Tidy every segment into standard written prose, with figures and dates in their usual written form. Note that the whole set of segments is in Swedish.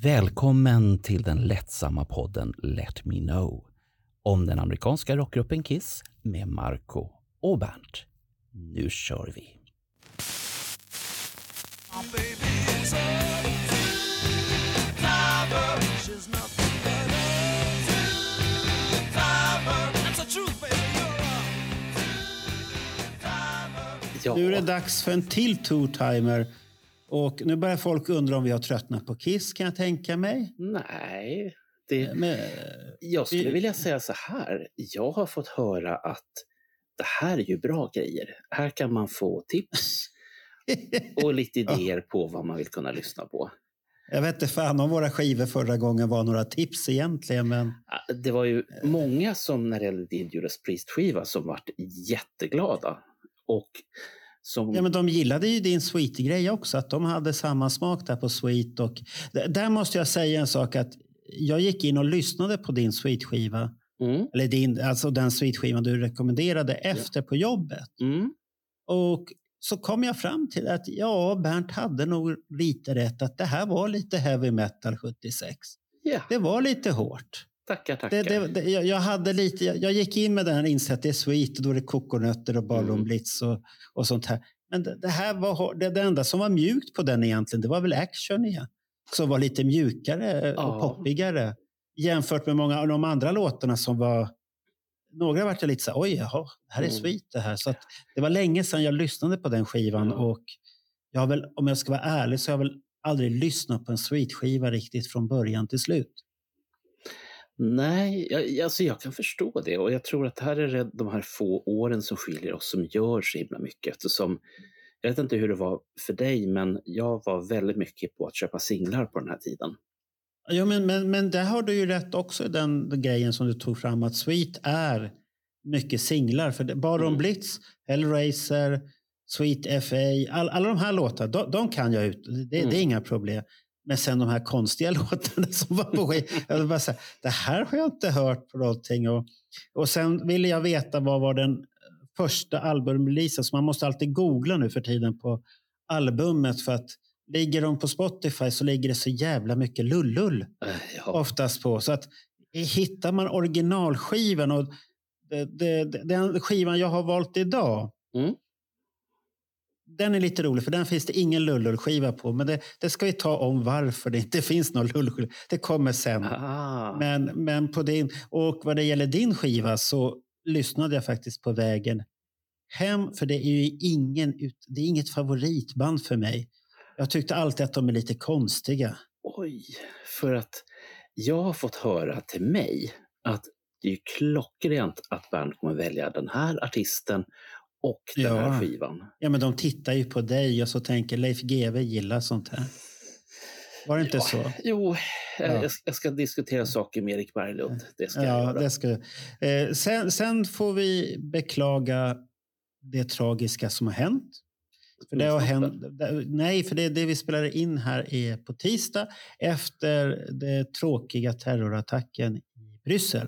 Välkommen till den lättsamma podden Let Me Know om den amerikanska rockgruppen Kiss med Marco och Bernt. Nu kör vi! Ja. Nu är det dags för en till two-timer. Och nu börjar folk undra om vi har tröttnat på Kiss, kan jag tänka mig. Nej, jag skulle vilja säga så här. Jag har fått höra att det här är ju bra grejer. Här kan man få tips och lite idéer på vad man vill kunna lyssna på. Jag vet inte fan om våra skivor förra gången var några tips egentligen. Men... Det var ju många som när det gällde din Judas Priest-skiva som vart jätteglada. Och Ja, men de gillade ju din Sweet-grej också, att de hade samma smak där på Sweet. Och där måste jag säga en sak, att jag gick in och lyssnade på din Sweet-skiva. Eller alltså den Sweet-skivan du rekommenderade efter på jobbet. Och så kom jag fram till att Bernt hade nog lite rätt, att det här var lite heavy metal 76. Det var lite hårt. Tackar. Jag gick in med den här insett, det är Sweet och då är det kokonötter och ballonblitz och sånt här. Men det här var det enda som var mjukt på den egentligen. Det var väl Action igen. Som var lite mjukare och poppigare. Jämfört med många av de andra låtarna som var... Några var lite så här, det här är Sweet det här. Så att det var länge sedan jag lyssnade på den skivan. Och jag har väl, om jag ska vara ärlig, så har jag väl aldrig lyssnat på en Sweet-skiva riktigt från början till slut. Nej, jag kan förstå det, och jag tror att det här är de här få åren som skiljer oss som gör så himla mycket, eftersom jag vet inte hur det var för dig, men jag var väldigt mycket på att köpa singlar på den här tiden. Ja, men där har du ju rätt också, den grejen som du tog fram, att Sweet är mycket singlar, för Baron Blitz, Hellraiser, Sweet FA, alla de här låtarna, de kan jag ut, det är inga problem. Men sen de här konstiga låtarna som var på jag vill bara säga, det här har jag inte hört på någonting. Och sen ville jag veta vad var den första albumreleasen. Så man måste alltid googla nu för tiden på albumet. För att ligger de på Spotify så ligger det så jävla mycket lullull oftast på. Så att hittar man originalskivan och den skivan jag har valt idag... Den är lite rolig, för den finns det ingen lullullskiva på. Men det ska vi ta om varför det inte finns någon lullullskiva. Det kommer sen. Men på din, och vad det gäller din skiva så lyssnade jag faktiskt på vägen hem. För det är ju det är inget favoritband för mig. Jag tyckte alltid att de är lite konstiga. Oj, för att jag har fått höra till mig att det är klockrent att Bernt kommer välja den här artisten och den här skivan. Ja, men de tittar ju på dig och så tänker Leif GW gillar sånt här. Var det inte så? Jo, jag ska diskutera saker med Erik Berglund. Det ska jag göra. Det ska. Sen får vi beklaga det tragiska som har hänt. För det har hänt. Nej, för det vi spelar in här är på tisdag efter det tråkiga terrorattacken i Bryssel.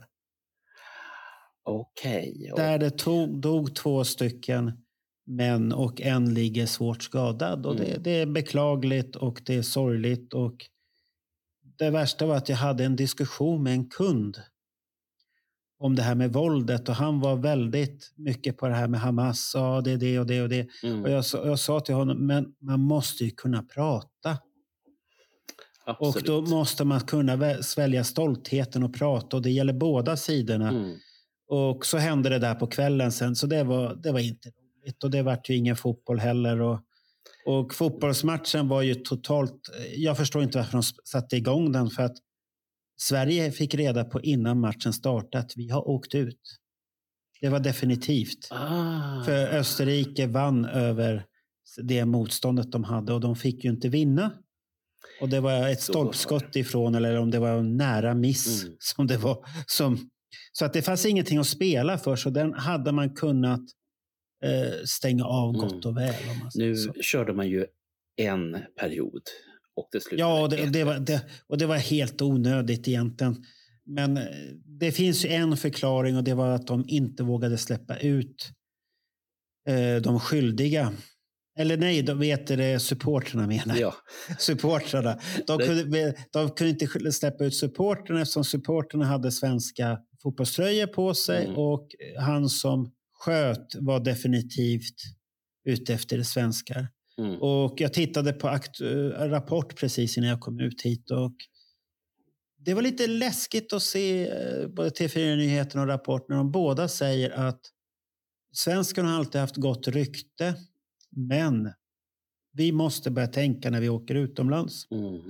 Okej. Där det dog 2 stycken män och en ligger svårt skadad. Och det är beklagligt och det är sorgligt. Och det värsta var att jag hade en diskussion med en kund om det här med våldet. Och han var väldigt mycket på det här med Hamas. Ja, det är det och det och det. Och jag sa till honom, men man måste ju kunna prata. Absolut. Och då måste man kunna svälja stoltheten och prata. Och det gäller båda sidorna. Och så hände det där på kvällen sen. Så det var inte roligt. Och det var ju ingen fotboll heller. Och fotbollsmatchen var ju totalt... Jag förstår inte varför de satte igång den. För att Sverige fick reda på innan matchen startade att vi har åkt ut. Det var definitivt. För Österrike vann över det motståndet de hade. Och de fick ju inte vinna. Och det var ett stolpskott ifrån. Eller om det var en nära miss som det var. Så att det fanns ingenting att spela för, så den hade man kunnat stänga av gott och väl. Om man nu så. Körde man ju en period och det slutade. Ja, och det var helt onödigt egentligen. Men det finns ju en förklaring och det var att de inte vågade släppa ut de skyldiga Eller nej, de vet det supporterna menar. Ja. Supportrarna. De kunde inte släppa ut supporterna eftersom supporterna hade svenska fotbollströjor på sig. Och han som sköt var definitivt ute efter det svenskar. Och jag tittade på Rapport precis innan jag kom ut hit. Och det var lite läskigt att se både TV4-nyheterna och Rapport när de båda säger att svenskarna har alltid haft gott rykte. Men vi måste börja tänka när vi åker utomlands.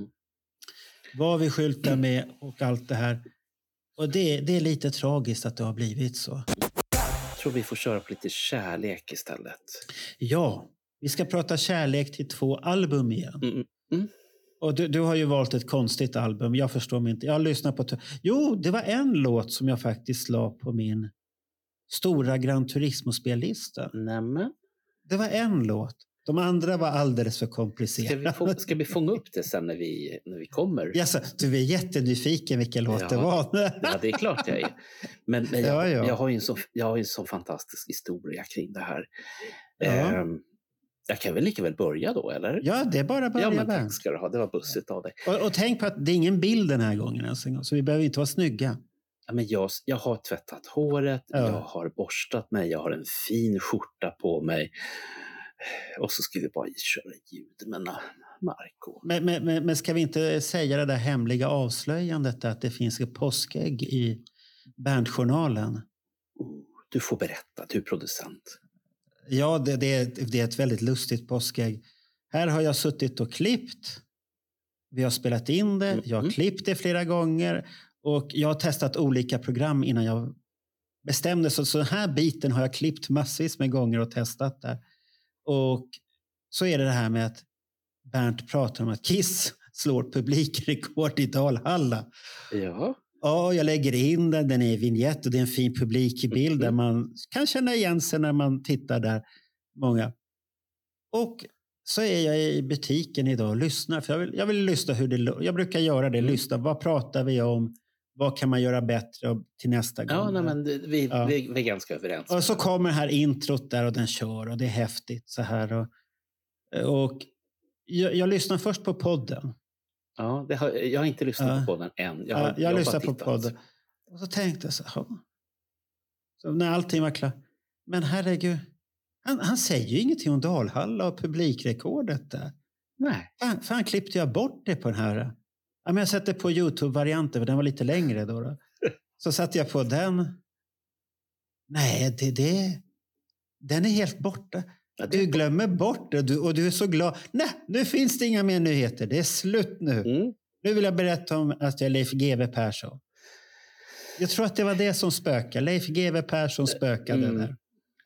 Vad vi skyltar med och allt det här. Och det är lite tragiskt att det har blivit så. Jag tror vi får köra på lite kärlek istället. Ja, vi ska prata kärlek till 2 album igen. Och du har ju valt ett konstigt album. Jag förstår mig inte. Jag har lyssnat på... Jo, det var en låt som jag faktiskt la på min stora Gran Turismo-spellista. Nämen. Det var en låt. De andra var alldeles för komplicerade. Ska vi fånga upp det sen när vi kommer? Yes, du är jättenyfiken vilken låt det var. Ja, det är klart jag är. Men jag har ju en så fantastisk historia kring det här. Ja. Jag kan väl lika väl börja då, eller? Ja, det är bara börja. Ja, men tack ska du ha. Det var bussigt av dig. Och tänk på att det är ingen bild den här gången ens en gång, så vi behöver inte vara snygga. Ja, men jag har tvättat håret, jag har borstat mig, jag har en fin skjorta på mig. Och så ska vi bara köra ljud med Marco. Men ska vi inte säga det där hemliga avslöjandet att det finns ett påskägg i bandjournalen? Du får berätta, du är producent. Ja, det är ett väldigt lustigt påskägg. Här har jag suttit och klippt. Vi har spelat in det. Jag har klippt det flera gånger. Och jag har testat olika program innan jag bestämde. Så den här biten har jag klippt massvis med gånger och testat där. Och så är det här med att Bernt pratar om att Kiss slår publikrekord i Dalhalla. Ja. Ja, jag lägger in den är i vignett och det är en fin publik i bild där man kan känna igen sig när man tittar där. Många. Och så är jag i butiken idag och lyssnar. För jag vill lyssna hur det... Jag brukar göra det, lyssna. Vad pratar vi om? Vad kan man göra bättre till nästa gång? Ja, nej, men vi är ganska överens. Och så kommer det här introt där och den kör och det är häftigt så här. Och jag lyssnar först på podden. Ja, jag har inte lyssnat på podden än. Jag lyssnar på podden. Och så tänkte jag så här. Så när allting var klart. Men herregud. Han säger ju ingenting om Dalhalla och publikrekordet där. Nej. Fan klippte jag bort det på den här. Ja, men jag sätter på YouTube-varianten för den var lite längre då. Så satte jag på den. Nej, den är helt borta. Ja, du glömmer bort det och du är så glad. Nej, nu finns det inga mer nyheter. Det är slut nu. Nu vill jag berätta om att jag är Leif GW Persson. Jag tror att det var det som spökade. Leif GW Persson spökade där.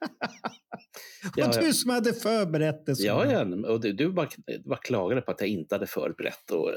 Och du som hade förberett det. Ja, och du bara klagade på att jag inte hade förberett. Och,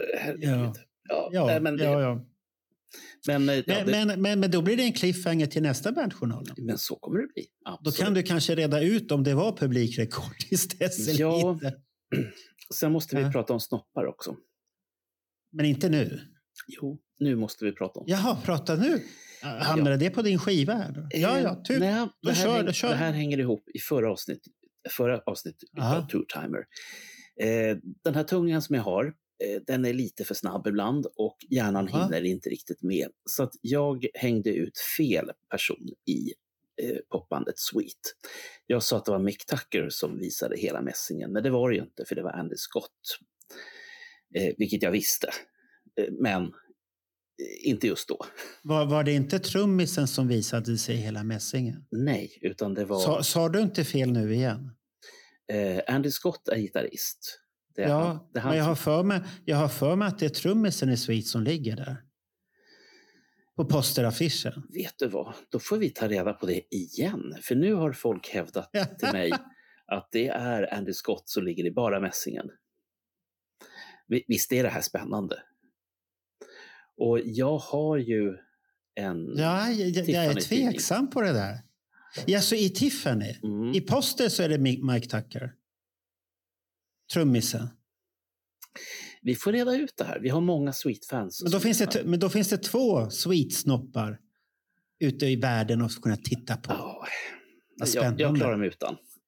Men då blir det en cliffhanger till nästa bandjournal. Men så kommer det bli. Absolut. Då kan du kanske reda ut om det var publikrekord istället. Ja, sen måste vi prata om snoppar också. Men inte nu. Jo, nu måste vi prata om. Jaha, prata nu. Hamnade det på din skiva här då? Ja, typ. Nej, det här hänger ihop i förra avsnittet av Tour Timer. Den här tungan som jag har, den är lite för snabb ibland och hjärnan hinner inte riktigt med. Så att jag hängde ut fel person i popbandet Sweet. Jag sa att det var Mick Tucker som visade hela mässingen, men det var det ju inte för det var Andy Scott. Vilket jag visste. Men inte just då. Var det inte trummisen som visade sig hela mässingen? Nej, utan det var... Sa du inte fel nu igen? Andy Scott är gitarrist. Men jag har för mig att det är trummisen i Sweet som ligger där. På posteraffischen. Vet du vad? Då får vi ta reda på det igen. För nu har folk hävdat till mig att det är Andy Scott som ligger i bara mässingen. Visst är det här spännande? Och jag har ju en... jag är tveksam på det där. Ja, så i Tiffany. I poster så är det Mike Tucker. Trummisen. Vi får reda ut det här. Vi har många Sweet-fans. Men då finns det 2 Sweet-snoppar ute i världen att kunna titta på. Jag klarar mig utan.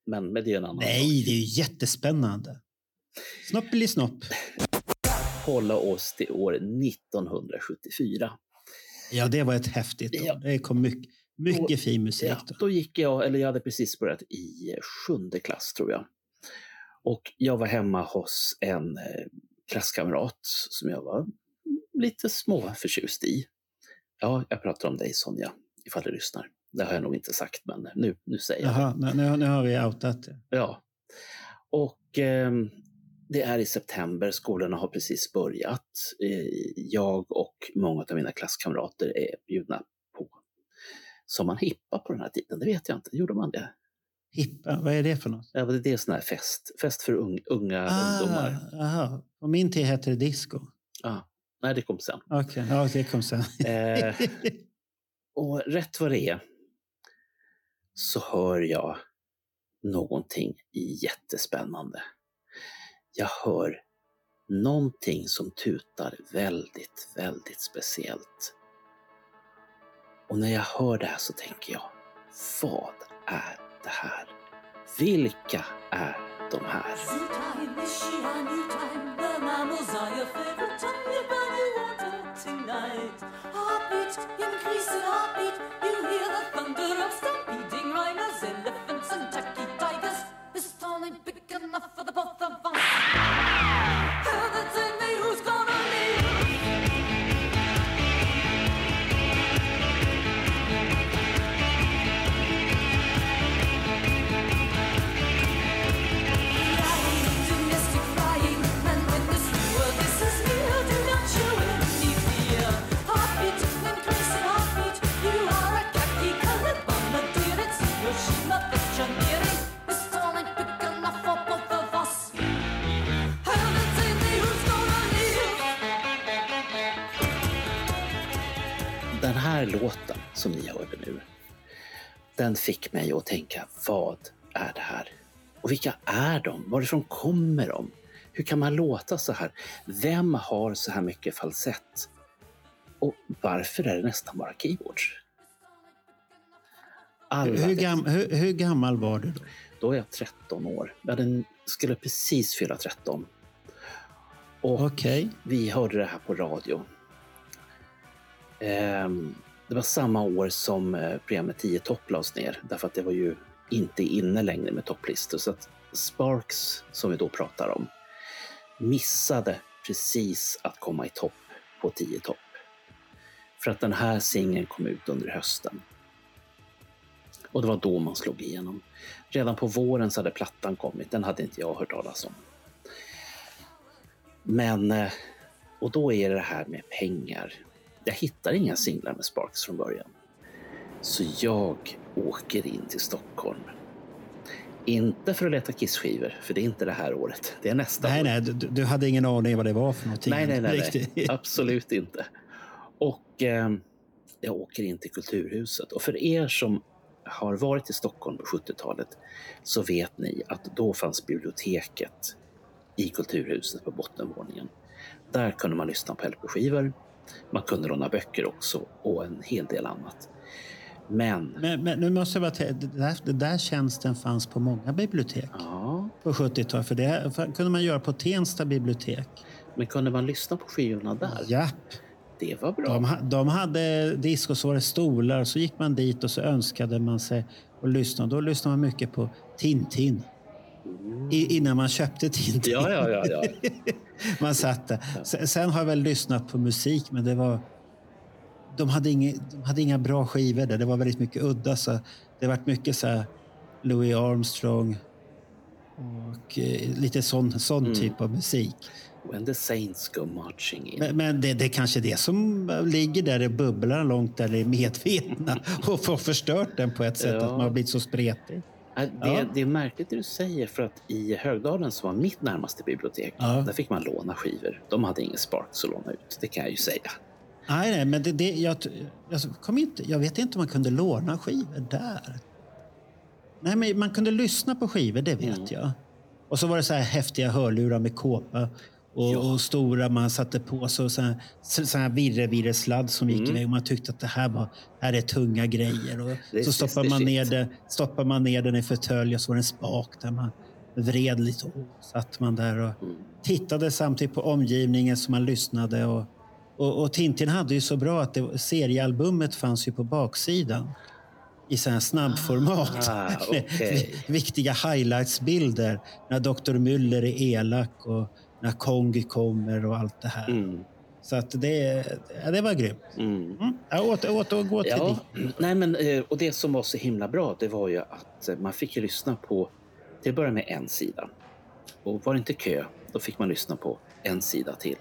Men det är en annan sak. Nej, det är ju jättespännande. Snopp. Hålla oss till år 1974. Ja, det var ett häftigt år. Det kom mycket fin musik. Då gick jag hade precis börjat i 7:e klass tror jag. Och jag var hemma hos en klasskamrat som jag var lite småförtjust i. Ja, jag pratar om dig Sonja, ifall du lyssnar. Det har jag nog inte sagt, men nu säger jag det. Nu har vi outat det. Ja, och det är i september, skolorna har precis börjat. Jag och många av mina klasskamrater är bjudna på, som man hippa på den här tiden, det vet jag inte. Gjorde man det? Hippa, vad är det för något? Ja, det är sån här fest för unga ungdomar. Aha. På min tid hette det disco. Nej, det kom sen. Okej, ja, det kom sen. Och rätt vad det är så hör jag någonting jättespännande. Jag hör någonting som tutar väldigt, väldigt speciellt. Och när jag hör det här så tänker jag, vad är det här? Vilka är de här? Den här låten som ni hörde nu, den fick mig att tänka, vad är det här? Och vilka är de? Varifrån kommer de? Hur kan man låta så här? Vem har så här mycket falsett? Och varför är det nästan bara keyboards? Hur gammal var du då? Då är jag 13 år. Jag skulle precis fylla 13. Och vi hörde det här på radio. Det var samma år som programmet 10 topp lades ner, därför att det var ju inte inne längre med topplistor, så att Sparks, som vi då pratar om, missade precis att komma i topp på 10 topp, för att den här singeln kom ut under hösten, och det var då man slog igenom. Redan på våren så hade plattan kommit, den hade inte jag hört talas om. Men och då är det här med pengar. Jag hittar inga singlar med Sparks från början. Så jag åker in till Stockholm. Inte för att leta Kiss-skivor, för det är inte det här året. Det är nästa år. Nej, du hade ingen aning vad det var för någonting. Nej. Absolut inte. Och jag åker in till Kulturhuset. Och för er som har varit i Stockholm på 70-talet så vet ni att då fanns biblioteket i Kulturhuset på bottenvåningen. Där kunde man lyssna på LP-skivor. Man kunde låna böcker också och en hel del annat. Men nu måste jag bara det där tjänsten fanns på många bibliotek på 70-talet. För det kunde man göra på Tensta bibliotek. Men kunde man lyssna på skivorna där? Ja. Det var bra. De hade diskosvåra stolar, så gick man dit och så önskade man sig att lyssna. Då lyssnade man mycket på Tintin. Innan man köpte Tintin. Ja. Man satt där. Sen har jag väl lyssnat på musik, men det var... De hade inga bra skivor där. Det var väldigt mycket udda. Så det var mycket så här Louis Armstrong och lite sån typ av musik. When the Saints go marching in. Men det är kanske det som ligger där i bubblan långt där i medvetna och får förstört den på ett sätt att man har blivit så spretig. Det är märkligt det du säger, för att i Högdalen, som var mitt närmaste bibliotek, där fick man låna skivor. De hade ingen Sparks att låna ut, det kan jag ju säga. Nej, men jag vet inte om man kunde låna skivor där. Nej, men man kunde lyssna på skivor, det vet jag. Och så var det så här häftiga hörlurar med kåpa. och stora man satte på så här virresladd som gick iväg. Och man tyckte att det här är tunga grejer. Och så stoppar man ner den i fåtölj och så var det en spak där man vred lite och satt man där och tittade samtidigt på omgivningen som man lyssnade. Och Tintin hade ju så bra att seriealbumet fanns ju på baksidan i sån här snabbformat. Okay. Viktiga highlights-bilder när Dr. Müller är elak och när Kongi kommer och allt det här. Så att det var grymt. Jag återgår till det. Nej, men, och det som var så himla bra, det var ju att man fick ju lyssna på, till att börja med en sida. Och var det inte kö, då fick man lyssna på en sida till.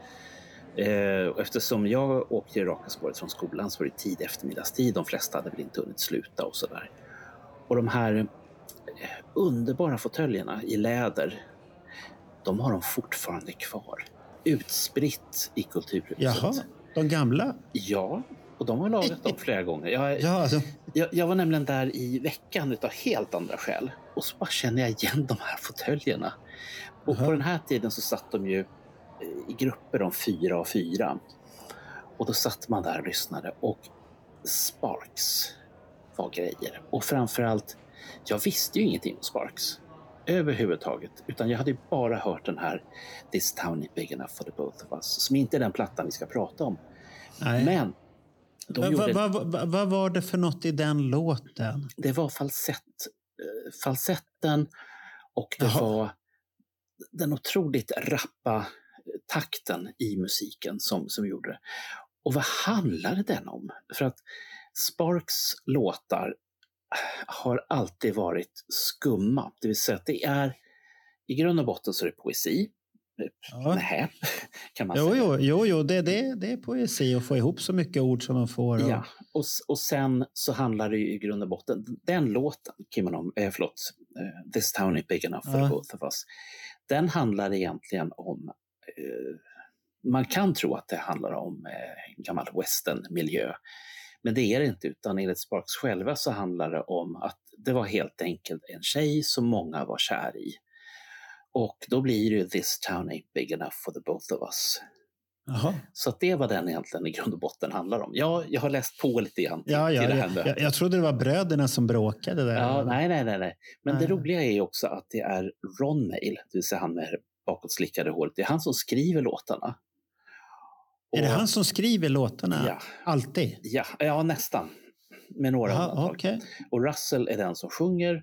Och eftersom jag åkte i raka spåret från skolan så var det tid eftermiddagstid. De flesta hade väl inte hunnit sluta och sådär. Och de här underbara fåtöljerna i läder, de har de fortfarande kvar. Utspritt i kulturhuset. Jaha, de gamla? Ja, och de har lagat dem flera gånger. Jag var nämligen där i veckan utav helt andra skäl. Och så bara känner jag igen de här fåtöljerna. Och på den här tiden så satt de ju i grupper om 4 och 4. Och då satt man där och lyssnade. Och Sparks var grejer. Och framförallt, jag visste ju ingenting om Sparks överhuvudtaget. Utan jag hade ju bara hört den här This Town is Big Enough for the Both of Us. Som inte är den plattan vi ska prata om. Nej. Men vad var det för något i den låten? Det var falsetten och det var den otroligt rappa takten i musiken som gjorde det. Och vad handlade den om? För att Sparks låtar har alltid varit skumma. Det vill säga att det är i grund och botten så är det poesi. Nej, kan man säga. Jo, det är poesi att få ihop så mycket ord som de får. Ja, och sen så handlar det ju i grund och botten, den låten, This Town is Big Enough for Both of Us, den handlar egentligen om, man kan tro att det handlar om gammal westernmiljö, men det är det inte, utan enligt Sparks själva så handlar det om att det var helt enkelt en tjej som många var kär i. Och då blir det This Town ain't big enough for the both of us. Aha. Så att det var den egentligen i grund och botten handlar om. Jag har läst på lite grann till det här. Jag trodde det var bröderna som bråkade där. Ja, nej. Men det roliga är ju också att det är Ron Mail, det vill säga han med bakåtslickade håret. Det är han som skriver låtarna. Är det han som skriver låtarna? Ja. Alltid? Ja, nästan. Med några undantag. Okay. Och Russell är den som sjunger.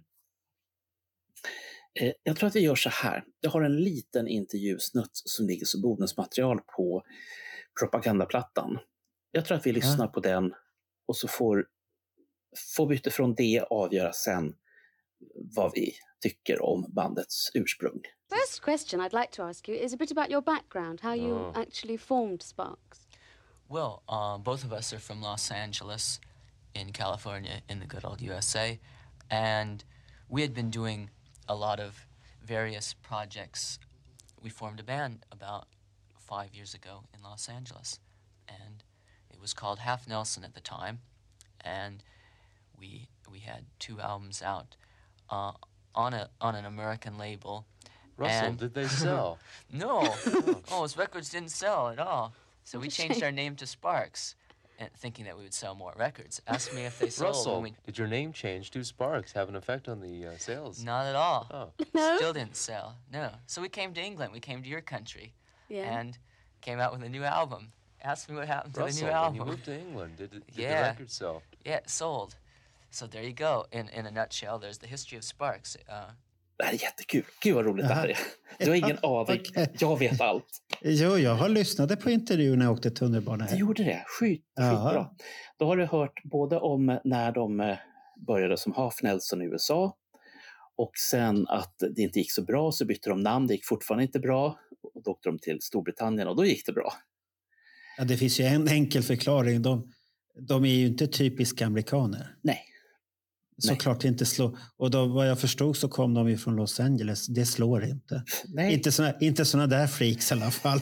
Jag tror att vi gör så här. Jag har en liten intervjusnutt som ligger som bonusmaterial på propagandaplattan. Jag tror att vi lyssnar på den och så får vi utifrån det avgöra sen vad vi tycker om bandets ursprung. First question I'd like to ask you is a bit about your background, how you actually formed Sparks. Well, both of us are from Los Angeles in California in the good old USA, and we had been doing a lot of various projects. We formed a band about 5 years ago in Los Angeles, and it was called Half Nelson at the time, and we had 2 albums out on an American label. Russell, did they sell? No. Those records didn't sell at all. So we changed our name to Sparks, and thinking that we would sell more records. Ask me if they sold. Russell, did your name change to Sparks have an effect on the sales? Not at all. Oh. No? Still didn't sell. No. So we came to England. We came to your country. Yeah. And came out with a new album. Ask me what happened to Russell, the new album. when you moved to England, did the Yeah. record sell? Yeah, it sold. So there you go. In a nutshell, there's the history of Sparks. Det här är jättekul. Gud vad roligt det här är. Du har ingen aning. Okay. Jag vet allt. Jo, jag har lyssnat på intervjun när jag åkte tunnelbana här. Du gjorde det. Skitbra. Då har du hört både om när de började som Half Nelson i USA och sen att det inte gick så bra så bytte de namn. Det gick fortfarande inte bra och då åkte de till Storbritannien och då gick det bra. Ja, det finns ju en enkel förklaring. De är ju inte typiska amerikaner. Nej. Såklart inte slå. Och då, vad jag förstod så kom de ju från Los Angeles. Det slår inte. Nej. Inte såna där freaks i alla fall.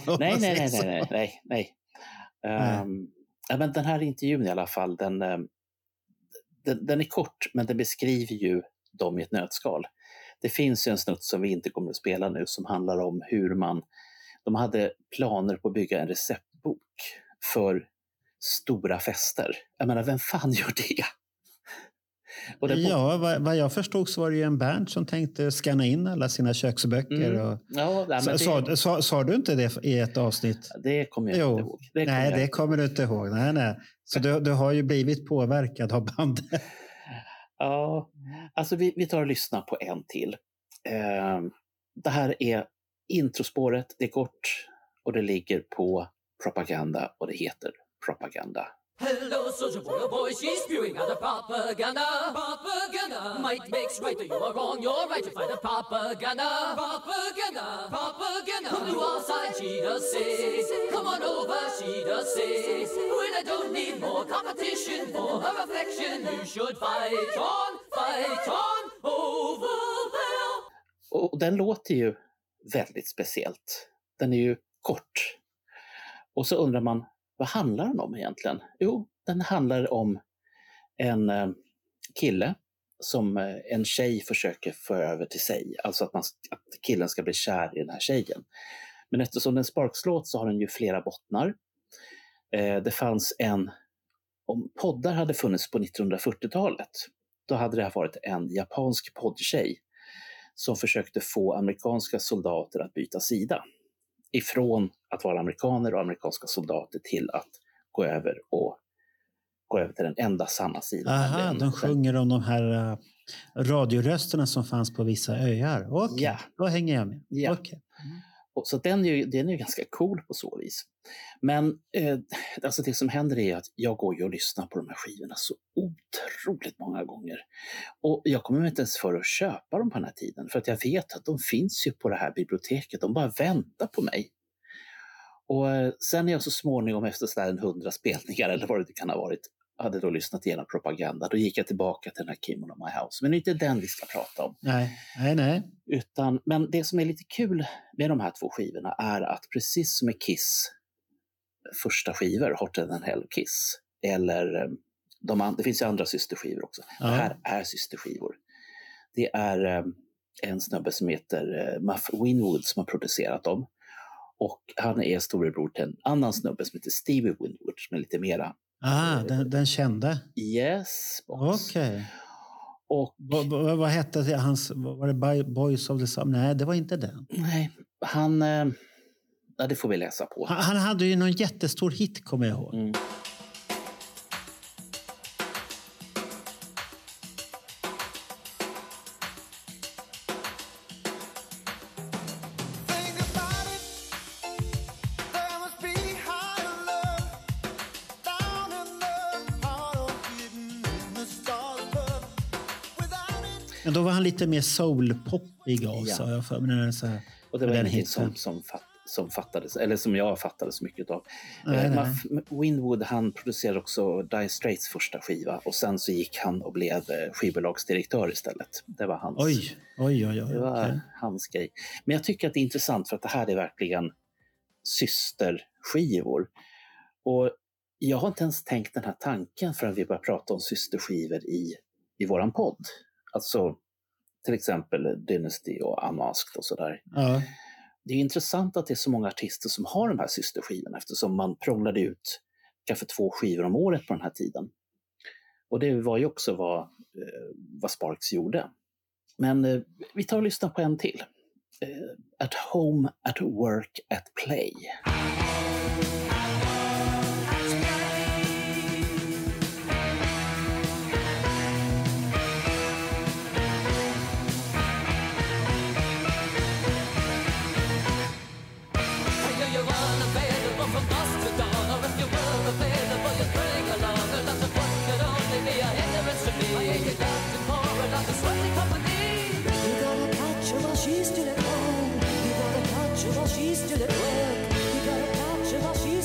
Nej. Men den här intervjun i alla fall, den är kort men den beskriver ju dem i ett nötskal. Det finns ju en snutt som vi inte kommer att spela nu som handlar om hur man De hade planer på att bygga en receptbok för stora fester. Jag menar, vem fan gör det? Och ja, vad jag förstod så var det ju en Bernt som tänkte scanna in alla sina köksböcker. Och... Ja, men sa du inte det i ett avsnitt? Det kommer jag inte ihåg. Det kommer du inte ihåg. Nej. Så du har ju blivit påverkad av bandet. Ja, alltså vi tar och lyssnar på en till. Det här är introspåret, det är kort och det ligger på Propaganda och det heter Propaganda. Hello, soldier boy, oh boy, she's spewing out the propaganda. Propaganda. Might makes right, you are wrong, you're right, you fight the propaganda. Propaganda. Propaganda. Come to our side, she does say. Come on over, she does say. When I don't need more competition for her affection, you should fight on over there. Och den låter ju väldigt speciellt. Den är ju kort. Och så undrar man, vad handlar den om egentligen? Jo, den handlar om en kille som en tjej försöker få över till sig. Alltså att killen ska bli kär i den här tjejen. Men eftersom den Sparks-låt så har den ju flera bottnar. Det fanns om poddar hade funnits på 1940-talet, då hade det varit en japansk poddtjej som försökte få amerikanska soldater att byta sida. Ifrån att vara amerikaner och amerikanska soldater till att gå över till den enda sanna sidan. Aha, de sjunger om de här radiorösterna som fanns på vissa öar. Okej, ja. Då hänger jag med. Ja. Okay. Och så den är ju ganska cool på så vis. Men alltså det som händer är att jag går ju och lyssnar på de här skivorna så otroligt många gånger. Och jag kommer inte ens för att köpa dem på den här tiden. För att jag vet att de finns ju på det här biblioteket. De bara väntar på mig. Och sen är jag så småningom efter sådär 100 spelningar eller vad det kan ha varit, hade då lyssnat igenom Propaganda. Då gick jag tillbaka till den här Kimono My House. Men det är inte den vi ska prata om. Nej. Men det som är lite kul med de här två skivorna är att precis som med Kiss första skivor, Hotter than Hell Kiss, eller det finns ju andra systerskivor också. Ja. Det här är systerskivor. Det är en snubbe som heter Muff Winwood som har producerat dem. Och han är storebror till en annan snubbe som heter Stevie Winwood som är lite mera... den kände? Yes, boss. Okej. Och vad hette det? Var det Boys of the Summer? Nej, det var inte den. Nej, det får vi läsa på. Han hade ju någon jättestor hit, kommer jag ihåg. Mm. Men då var han lite mer soul-poppig av sig. Ja. Och det var ingenting som fattades, eller som jag fattade så mycket av. Winwood, han producerade också Dire Straits första skiva och sen så gick han och blev skivbolagsdirektör istället. Det var hans, oj, det var hans grej. Men jag tycker att det är intressant för att det här är verkligen systerskivor. Och jag har inte ens tänkt den här tanken förrän vi börjar prata om systerskivor i våran podd. Alltså till exempel Dynasty och Unmasked och sådär. Ja. Det är intressant att det är så många artister som har de här systerskivorna eftersom man prånglade ut kanske 2 skivor om året på den här tiden. Och det var ju också vad Sparks gjorde. Men vi tar och lyssnar på en till. At Home, at Work, at Play. She's still at home. You gotta catch her while she's still at work. You gotta catch her while she's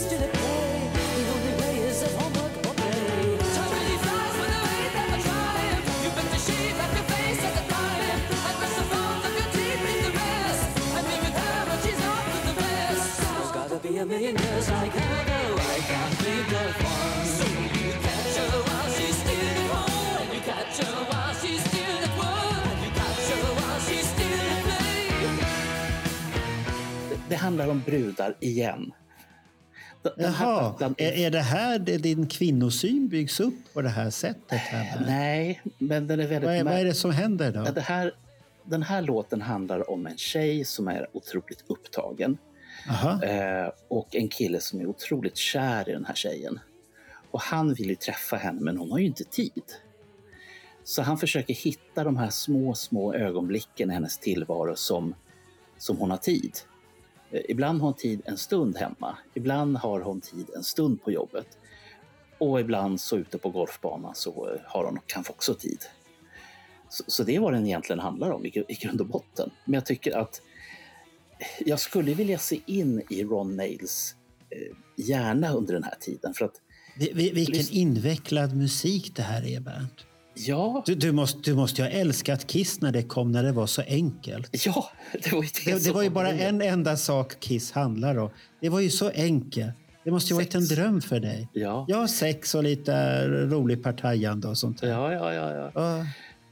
handlar om brudar igen. Jaha, är det här din kvinnosyn byggs upp på det här sättet? Här? Nej, men den är väldigt... Vad är det som händer då? Den här låten handlar om en tjej som är otroligt upptagen. Och en kille som är otroligt kär i den här tjejen. Och han vill ju träffa henne, men hon har ju inte tid. Så han försöker hitta de här små ögonblicken i hennes tillvaro som hon har tid. Ibland har hon tid en stund hemma. Ibland har hon tid en stund på jobbet. Och ibland så ute på golfbanan så har hon kanske också tid. Så det är vad den egentligen handlar om i grund och botten. Men jag tycker att jag skulle vilja se in i Ron Nails hjärna under den här tiden. För att, vilken invecklad musik det här är, Bernt. Ja. Du måste ju ha älskat Kiss när det kom, när det var så enkelt. Ja, det var ju bara en enda sak Kiss handlar om. Det var ju så enkelt. Det måste ju varit en dröm för dig. Ja, sex och lite rolig partajande och sånt. Ja.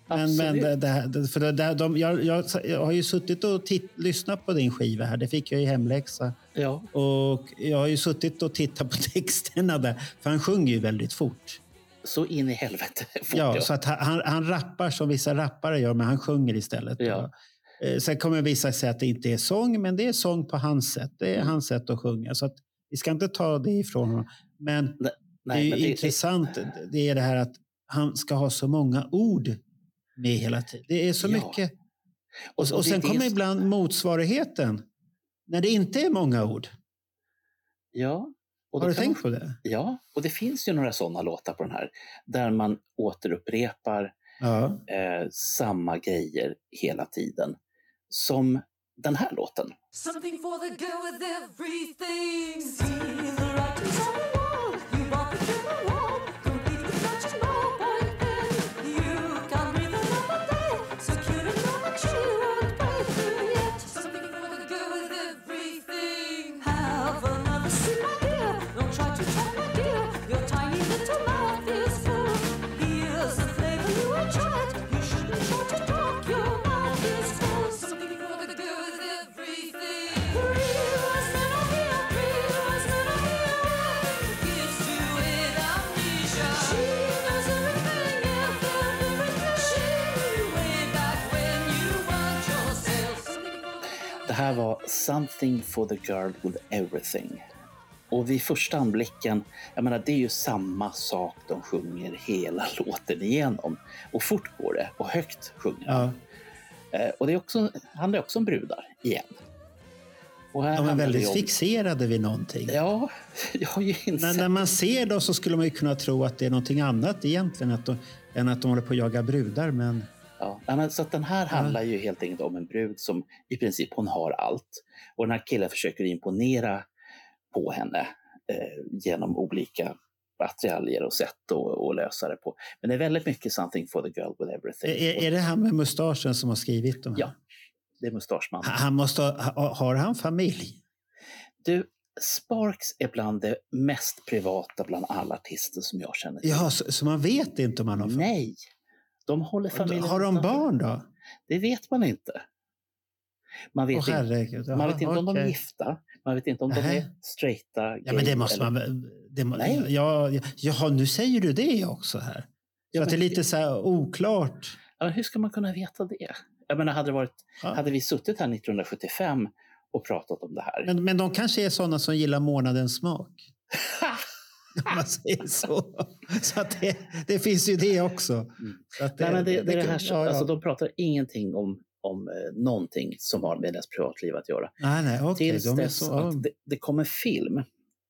Jag har ju suttit och lyssnat på din skiva här. Det fick jag i hemläxa. Ja. Och jag har ju suttit och tittat på texterna där. För han sjunger ju väldigt fort. Så in i helvete fort. Ja, så att han rappar som vissa rappare gör, men han sjunger istället. Ja. Sen kommer vissa säga att det inte är sång, men det är sång på hans sätt. Det är hans sätt att sjunga. Så att vi ska inte ta det ifrån honom. Men det är ju intressant. Det är det här att han ska ha så många ord med hela tiden. Det är så mycket. Och sen kommer ibland motsvarigheten. När det inte är många ord. Ja. Och har du tänkt på det? Ja, och det finns ju några sådana låtar på den här. Där man återupprepar samma grejer hela tiden. Som den här låten. Something for the girl with everything. See the writings on the wall. You walk through the wall. Complete with touch and no point then. You can't breathe another day. So cute and no much you won't break through yet. Something for the girl with everything. Have another sip, my dear. Don't try to talk, my dear. Your tiny little mouth is full. Here's the flavor you enjoy. You shouldn't try to talk. Your mouth is full. Something for the girl with everything. Realize that I'm here. Realize that I'm here. Gives you with amnesia. She knows everything. Yeah, felt everything. She knew way back when you weren't yourself. Det här var Something for the girl with everything. Och vid första anblicken, jag menar, det är ju samma sak de sjunger hela låten igenom. Och fort går det, och högt sjunger de. Och det är också, handlar också om brudar igen. Och här De är väldigt fixerade vid någonting. Ja, jag har ju insett. När man ser dem så skulle man ju kunna tro att det är någonting annat egentligen än att de håller på att jaga brudar. Men... Ja, men så att den här handlar ju helt enkelt om en brud som i princip hon har allt. Och den här killen försöker imponera på henne genom olika attiraljer och sätt och lösa det på. Men det är väldigt mycket Something for the girl with everything. Är det han med mustaschen som har skrivit de här? Ja, det är mustaschman. Har han familj? Du, Sparks är bland det mest privata bland alla artister som jag känner till. Ja, så man vet inte om han har familj? Nej, de håller familjen. Har de barn då? Det vet man inte. Man vet inte om de är gifta. Man vet inte om de är straighta. Ja, men det måste man... Jaha, nu säger du det också här. Så att det är lite så här oklart. Ja, hur ska man kunna veta det? Jag menar, hade vi suttit här 1975 och pratat om det här. Men de kanske är sådana som gillar månadens smak. Om man säger så. Så att det finns ju det också. Så att det är det här, alltså, de pratar ingenting om någonting som har med deras privatliv att göra. Nej, okej. Tills dess att det kom en film,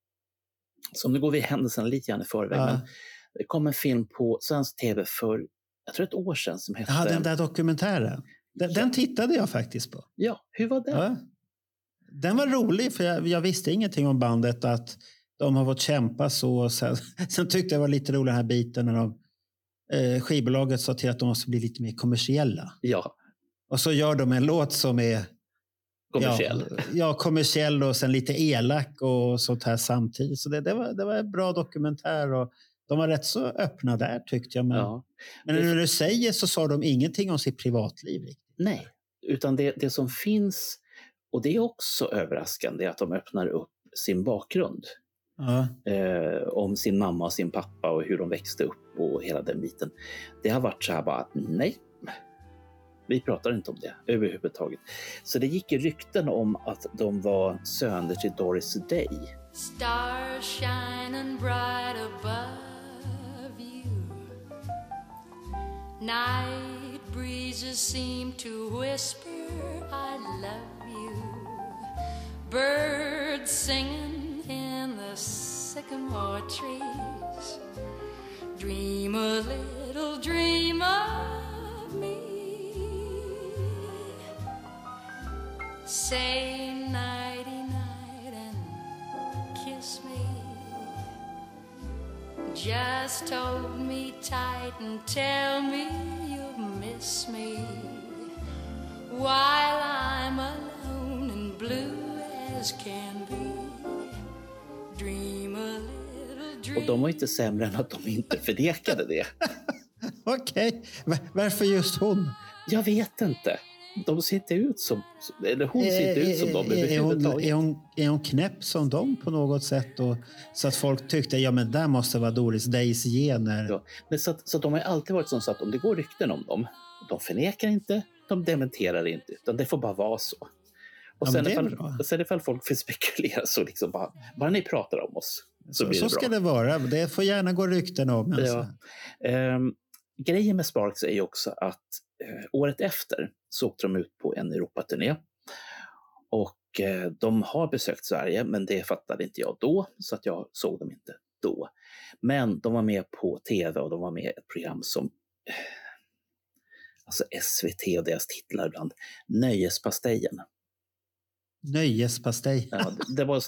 som nu går vi händelsen lite grann i förväg, men det kom en film på svensk tv för, jag tror, ett år sedan som hette... Ja, den där dokumentären. Den tittade jag faktiskt på. Ja, hur var den? Ja. Den var rolig, för jag visste ingenting om bandet, att de har fått kämpa så. Sen tyckte jag det var lite rolig den här biten när skivbolaget sa till att de måste bli lite mer kommersiella. Ja. Och så gör de en låt som är kommersiell. Ja, kommersiell och sen lite elak och sånt här samtidigt. Så det var en bra dokumentär och de var rätt så öppna där, tyckte jag. Men när du säger så sa de ingenting om sitt privatliv. Nej, utan det som finns Och det är också överraskande att de öppnar upp sin bakgrund. Om sin mamma och sin pappa och hur de växte upp och hela den biten. Det har varit så här bara, nej, vi pratar inte om det överhuvudtaget. Så det gick ju rykten om att de var söner till Doris Day. Stars shining bright above you. Night breezes seem to whisper I love you. Birds singing in the sycamore trees. Dream a little dream of me. Say nighty night and kiss me. Just hold me tight and tell me you'll miss me. While I'm alone and blue as can be. Dream a little dream. Och de var inte sämre än att de inte förnekade det. Okej. Varför just hon? Jag vet inte. De ser inte ut som... Eller hon ser inte ut som de överhuvudtaget. Är hon knäpp som de på något sätt? Och, så att folk tyckte, ja men där måste vara Doris Days gener. Ja, men så de har alltid varit så att om det går rykten om dem, de förnekar inte, de dementerar inte, utan det får bara vara så. Och sen ifall folk vill spekulera så liksom bara ni pratar om oss så blir det bra. Så ska det vara, det får gärna gå rykten om. Alltså. Ja. Grejen med Sparks är ju också att året efter så åkte de ut på en Europaturné och de har besökt Sverige, men det fattade inte jag då, så att jag såg dem inte då. Men de var med på tv och de var med i ett program som alltså SVT och deras titlar ibland, Nöjespastejen. Nöjespastej. Ja, det var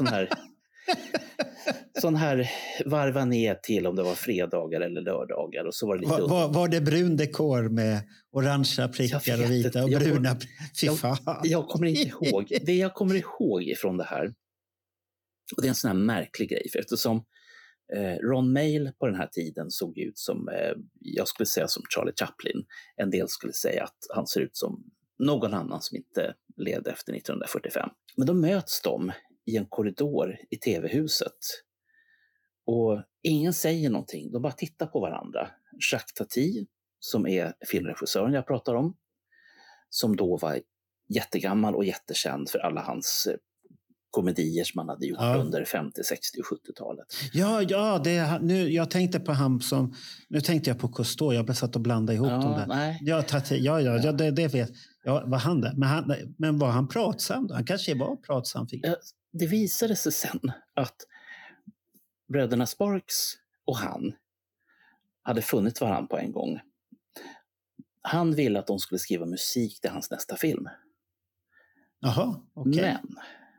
sån här varva ner till om det var fredagar eller lördagar och så var det lite var det brun dekor med orangea prickar och vita och bruna jag kommer inte ihåg. Det jag kommer ihåg ifrån det här, och det är en sån här märklig grej, för eftersom Ron Mail på den här tiden såg ut som jag skulle säga som Charlie Chaplin. En del skulle säga att han ser ut som någon annan som inte levde efter 1945. Men då möts de i en korridor i tv-huset. Och ingen säger någonting, de bara tittar på varandra. Jacques Tati, som är filmregissören jag pratar om, som då var jättegammal och jättekänd för alla hans komedier som man hade gjort under 50, 60 och 70-talet. Ja, jag tänkte på han som... Nu tänkte jag på Cousteau, jag blev satt och blanda ihop dem där. Nej. Ja, Tati, det vet jag. Var han där? Men var han pratsam då? Han kanske var pratsam. Det visade sig sen att bröderna Sparks och han hade funnit varandra på en gång. Han ville att de skulle skriva musik till hans nästa film. Jaha, okej. Men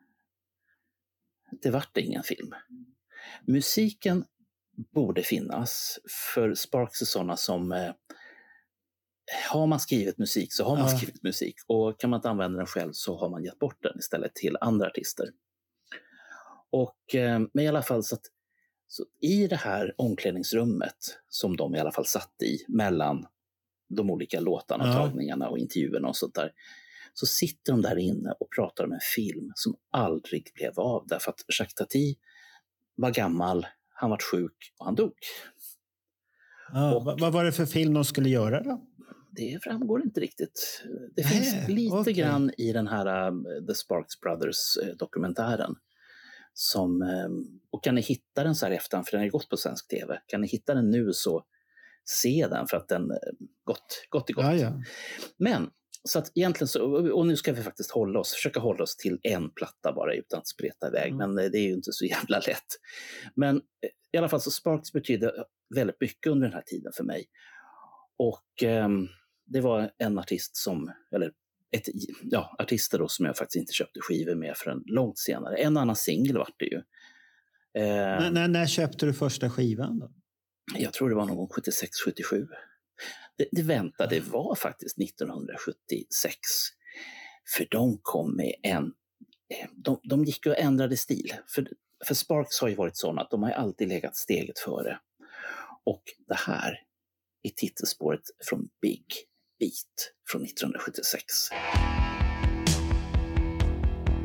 det vart ingen film. Musiken borde finnas, för Sparks är sådana som har man skrivit musik så har man skrivit musik, och kan man inte använda den själv så har man gett bort den istället till andra artister. Och men i alla fall så i det här omklädningsrummet som de i alla fall satt i mellan de olika låtarna, tagningarna och intervjuerna och sånt där, så sitter de där inne och pratar om en film som aldrig blev av, därför att Jacques Tati var gammal, han var sjuk och han dog. Vad var det för film de skulle göra då? Det framgår inte riktigt. Det finns lite grann i den här The Sparks Brothers dokumentären. Och kan ni hitta den så här efterhand, för den har gått på svensk tv. Kan ni hitta den nu så se den, för att den gott. Ja. Men så att egentligen så, och nu ska vi faktiskt försöka hålla oss till en platta bara utan att spreta iväg, men det är ju inte så jävla lätt. Men i alla fall så Sparks betyder väldigt mycket under den här tiden för mig. Och det var en artist artister då som jag faktiskt inte köpte skivor med förrän långt senare. En annan singel var det ju. När köpte du första skivan då? Jag tror det var någon gång 76-77. Det var faktiskt 1976. För de kom med de gick och ändrade stil. För Sparks har ju varit sådana att de har alltid legat steget före. Och det här är titelspåret från Big Beat från 1976.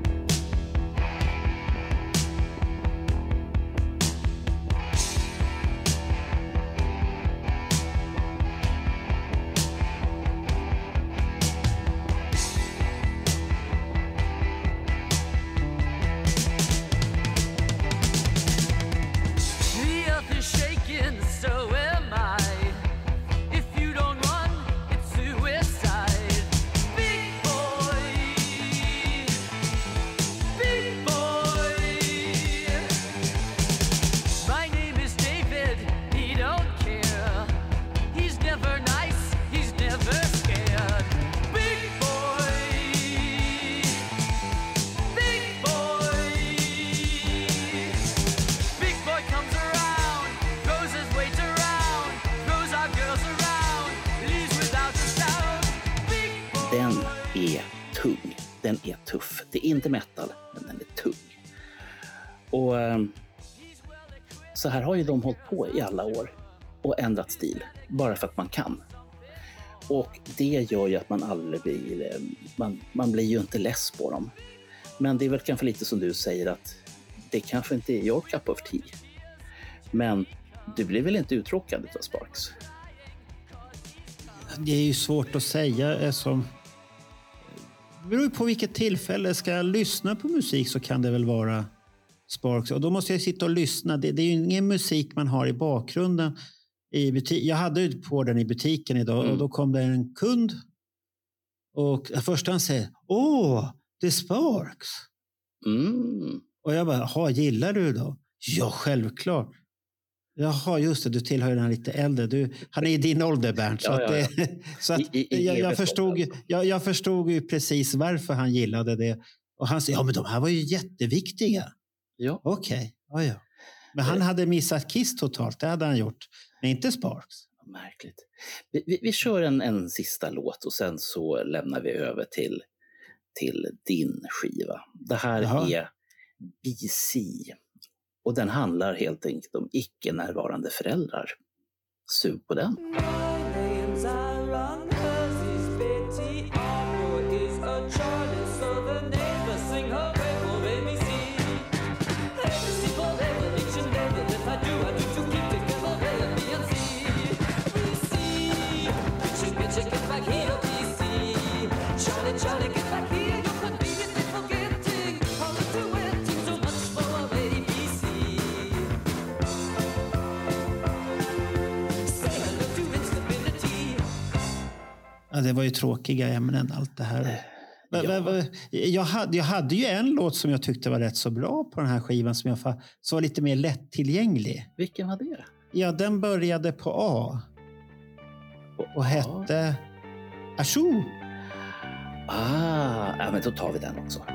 and so am I. If you don't run, it's suicide. Big boy, big boy. My name is David, he don't care. He's never nice, he's never scared. Big boy, big boy. Big boy comes around, throws his weight around, throws our girls around, leaves without a sound. Big boy. Den är tung. Den är tuff. Det är inte metal, men den är tung. Och så här har ju de hållit på i alla år och ändrat stil. Bara för att man kan. Och det gör ju att man aldrig blir... Man blir ju inte less på dem. Men det är väl kanske lite som du säger att det kanske inte är your cup of tea. Men du blir väl inte uttråkad av Sparks? Det är ju svårt att säga. Det beror ju på vilket tillfälle. Ska jag lyssna på musik så kan det väl vara Sparks. Och då måste jag sitta och lyssna. Det är ju ingen musik man har i bakgrunden. Jag hade ju på den i butiken idag och då kom det en kund. Och först han säger, det är Sparks. Och jag bara, gillar du då? Ja, självklart. Jaha, just det, du tillhör den här lite äldre. Han är i din ålder, Bernt. Jag förstod ju precis varför han gillade det. Och han säger, men de här var ju jätteviktiga. Ja. Okej, ja. Men han hade missat Kiss totalt, det hade han gjort. Men inte Sparks. Märkligt. Vi kör en sista låt och sen så lämnar vi över till din skiva. Det här är BC. Och den handlar helt enkelt om icke-närvarande föräldrar. Sug på den. Ja, det var ju tråkiga ämnen allt det här. Jag hade ju en låt som jag tyckte var rätt så bra på den här skivan som var lite mer lättillgänglig. Vilken var det? Ja, den började på A. Och hette Achoo. Ja, men då tar vi den också.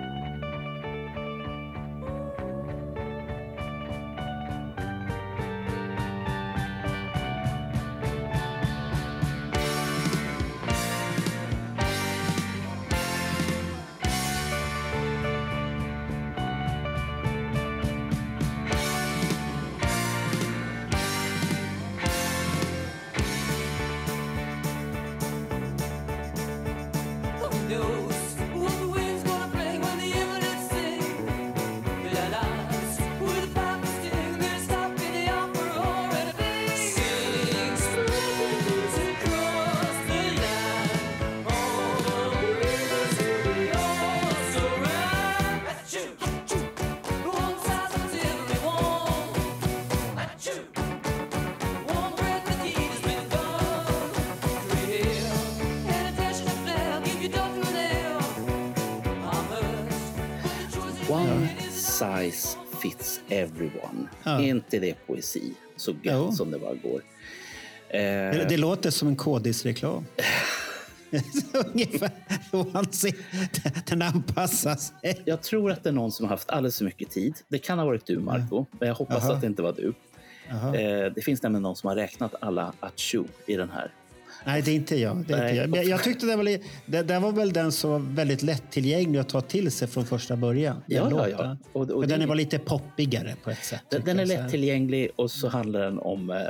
One size fits everyone. Är inte det poesi så gött som det var igår? Det låter som en kodisreklam. Ungefär. Den anpassas. Jag tror att det är någon som har haft alldeles för mycket tid. Det kan ha varit du, Marco. Men jag hoppas att det inte var du. Det finns nämligen någon som har räknat alla achoo i den här. Nej, det är inte jag. Jag tyckte det var väl den som var väldigt lättillgänglig att ta till sig från första början. Ja. Och den var lite poppigare på ett sätt. Den är lättillgänglig och så handlar den om...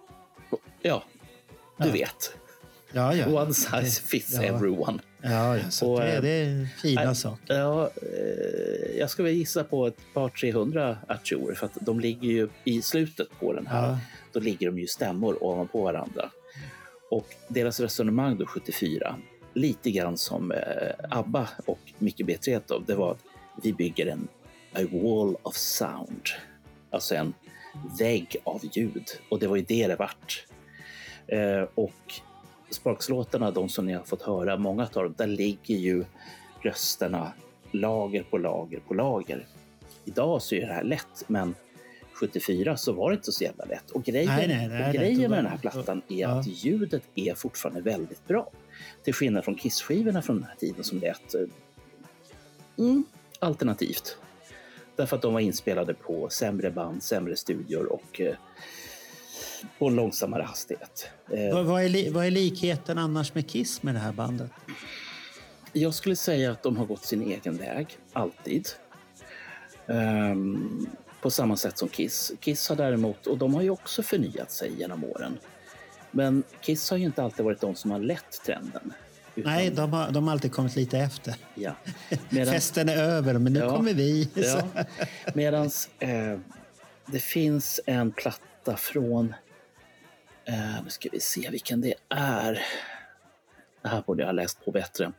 du vet. One size fits everyone. Så och, det är fina saker. Jag ska väl gissa på ett par 300 achooer för att de ligger ju i slutet på den här. Då ligger de ju stämmor ovanpå varandra. Och deras resonemang då 74, lite grann som ABBA och Micke B. Tretow, det var att vi bygger a wall of sound. Alltså vägg av ljud. Och det var ju det vart. Och Sparks-låtarna, de som ni har fått höra, många av dem, där ligger ju rösterna lager på lager på lager. Idag så är det här lätt, men 74 så var det inte så jävla lätt. Och grejen med den här plattan är att ljudet är fortfarande väldigt bra. Till skillnad från Kiss-skivorna från den här tiden som lät alternativt. Därför att de var inspelade på sämre band, sämre studior och på en långsammare hastighet. Vad är likheten annars med Kiss med det här bandet? Jag skulle säga att de har gått sin egen väg, alltid. På samma sätt som Kiss. Kiss har däremot, och de har ju också förnyat sig genom åren. Men Kiss har ju inte alltid varit de som har lett trenden. Nej, de har alltid kommit lite efter. Ja. Festen är över, men nu kommer vi. Ja. Medans det finns en platta från... nu ska vi se vilken det är. Det här borde jag ha läst på bättre.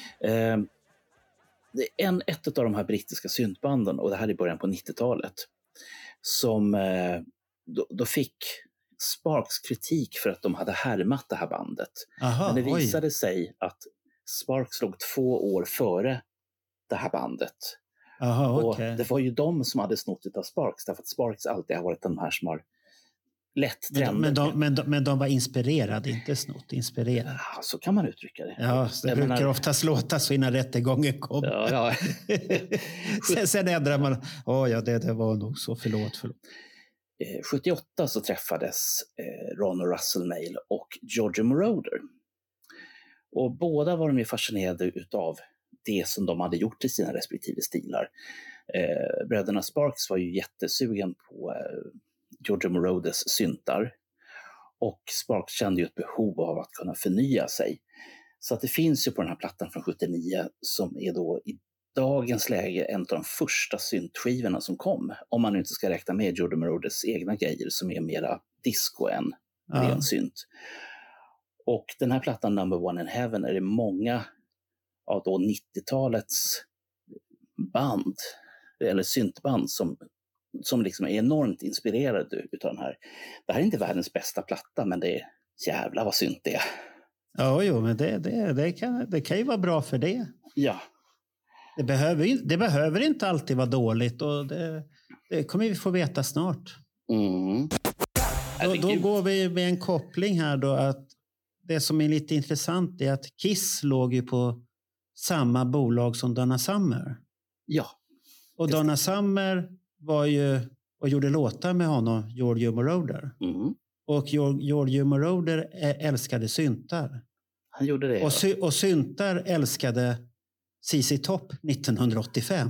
Det är ett av de här brittiska syntbanden, och det här är början på 90-talet, som då fick Sparks kritik för att de hade härmat det här bandet. Men det visade sig att Sparks låg 2 år före det här bandet. Och det var ju de som hade snott av Sparks, därför att Sparks alltid har varit de här som har lätt trender. Men de var inspirerade, inte snott, inspirerade. Ja, så kan man uttrycka det. Ja, det brukar oftast låta så innan rättegången kom. Ja. sen ändrar man. Det var nog så, förlåt. 78 så träffades Ron och Russell Mael och Giorgio Moroder. Och båda var de ju fascinerade utav det som de hade gjort i sina respektive stilar. Bröderna Sparks var ju jättesugen på Giorgio Moroders syntar. Och Sparks kände ju ett behov av att kunna förnya sig. Så att det finns ju på den här plattan från 79 som är då i dagens läge en av de första syntskivorna som kom. Om man inte ska räkna med Giorgio Moroders egna grejer som är mera disco än ren synt. Och den här plattan Number One in Heaven är det många av då 90-talets band eller syntband som liksom är enormt inspirerade utav den här. Det här är inte världens bästa platta, men det är jävla vad synt det är. Ja, men det kan ju vara bra för det. Ja. Det behöver inte alltid vara dåligt, och det kommer vi få veta snart. Då går vi med en koppling här då, att det som är lite intressant är att Kiss låg ju på samma bolag som Donna Summer. Ja. Och Donna Summer var ju och gjorde låtar med honom, Giorgio Moroder. Och Giorgio Moroder älskade syntar. Han gjorde det. Och syntar älskade ZZ Top 1985.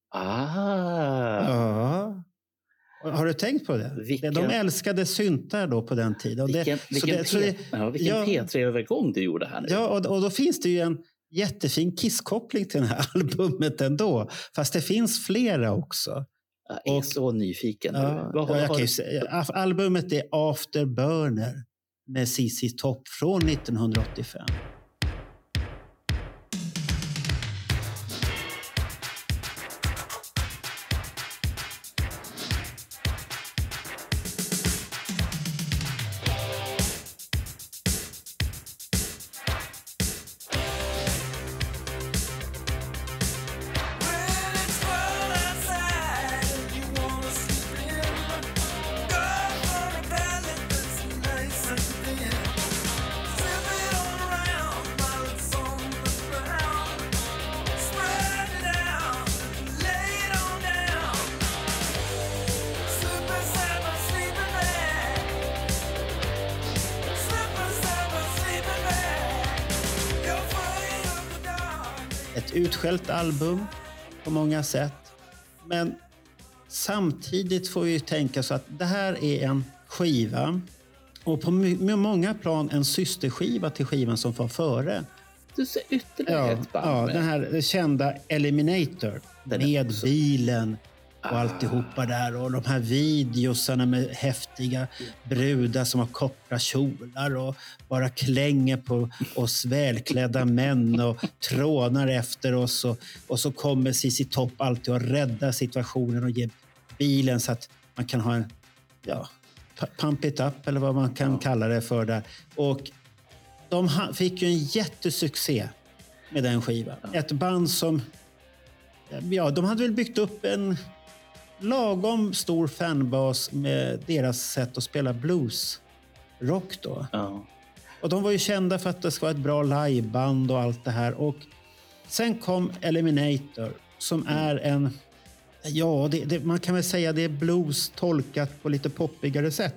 Ja. Har du tänkt på det? De älskade syntar då på den tiden. Vilken P3-övergång du gjorde här nu. Ja, och då finns det ju en jättefin Kiss-koppling till det här albumet ändå. Fast det finns flera också. Jag är så nyfiken. Albumet är Afterburner med ZZ Top från 1985. Ett utskällt album på många sätt. Men samtidigt får vi tänka så att det här är en skiva. Och på många plan en systerskiva till skivan som var före. Du ser ytterligare ett band. Ja, den här kända Eliminator. Med bilen och alltihopa där. Och de här videosarna med häftiga brudar som har korta kjolar och bara klänger på oss välklädda män och trånar efter oss. Och så kommer ZZ Top alltid och räddar situationen och ger bilen så att man kan ha Pump It Up eller vad man kan kalla det för där. Och de fick ju en jättesuccé med den skivan. Ett band som, de hade väl byggt upp en lagom stor fanbas med deras sätt att spela bluesrock då. Och de var ju kända för att det ska vara ett bra liveband och allt det här. Och sen kom Eliminator som är en, man kan väl säga det är blues tolkat på lite poppigare sätt.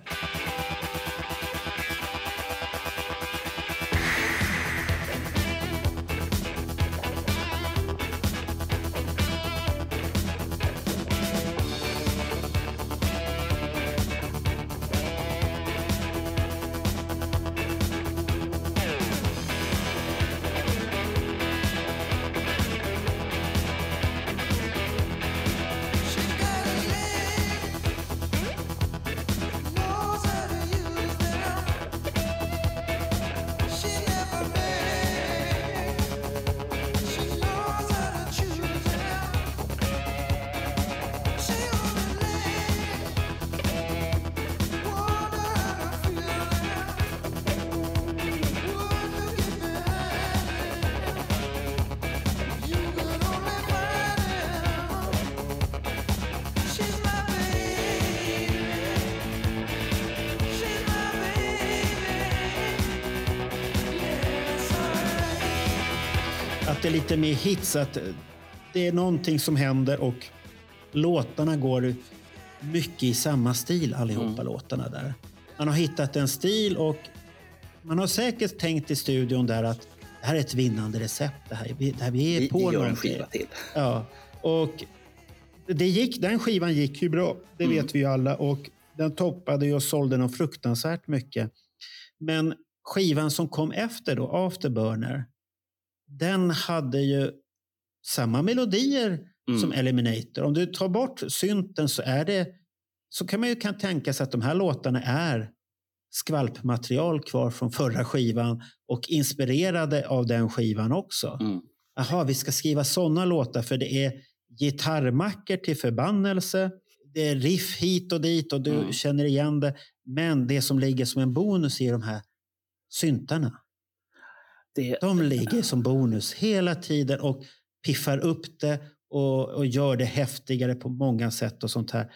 Att det är lite mer hits, att det är någonting som händer och låtarna går mycket i samma stil allihopa låtarna där. Man har hittat en stil och man har säkert tänkt i studion där att det här är ett vinnande recept. Det här vi är på gör en skiva till. Ja, och den skivan gick ju bra, det vet vi ju alla, och den toppade ju och sålde nog fruktansvärt mycket. Men skivan som kom efter då, Afterburner, den hade ju samma melodier som Eliminator. Om du tar bort synten så kan man ju tänka sig att de här låtarna är skvalpmaterial kvar från förra skivan och inspirerade av den skivan också. Jaha, vi ska skriva sådana låtar för det är gitarrmacker till förbannelse. Det är riff hit och dit och du känner igen det. Men det som ligger som en bonus i de här syntarna. De ligger som bonus hela tiden och piffar upp det och gör det häftigare på många sätt och sånt här.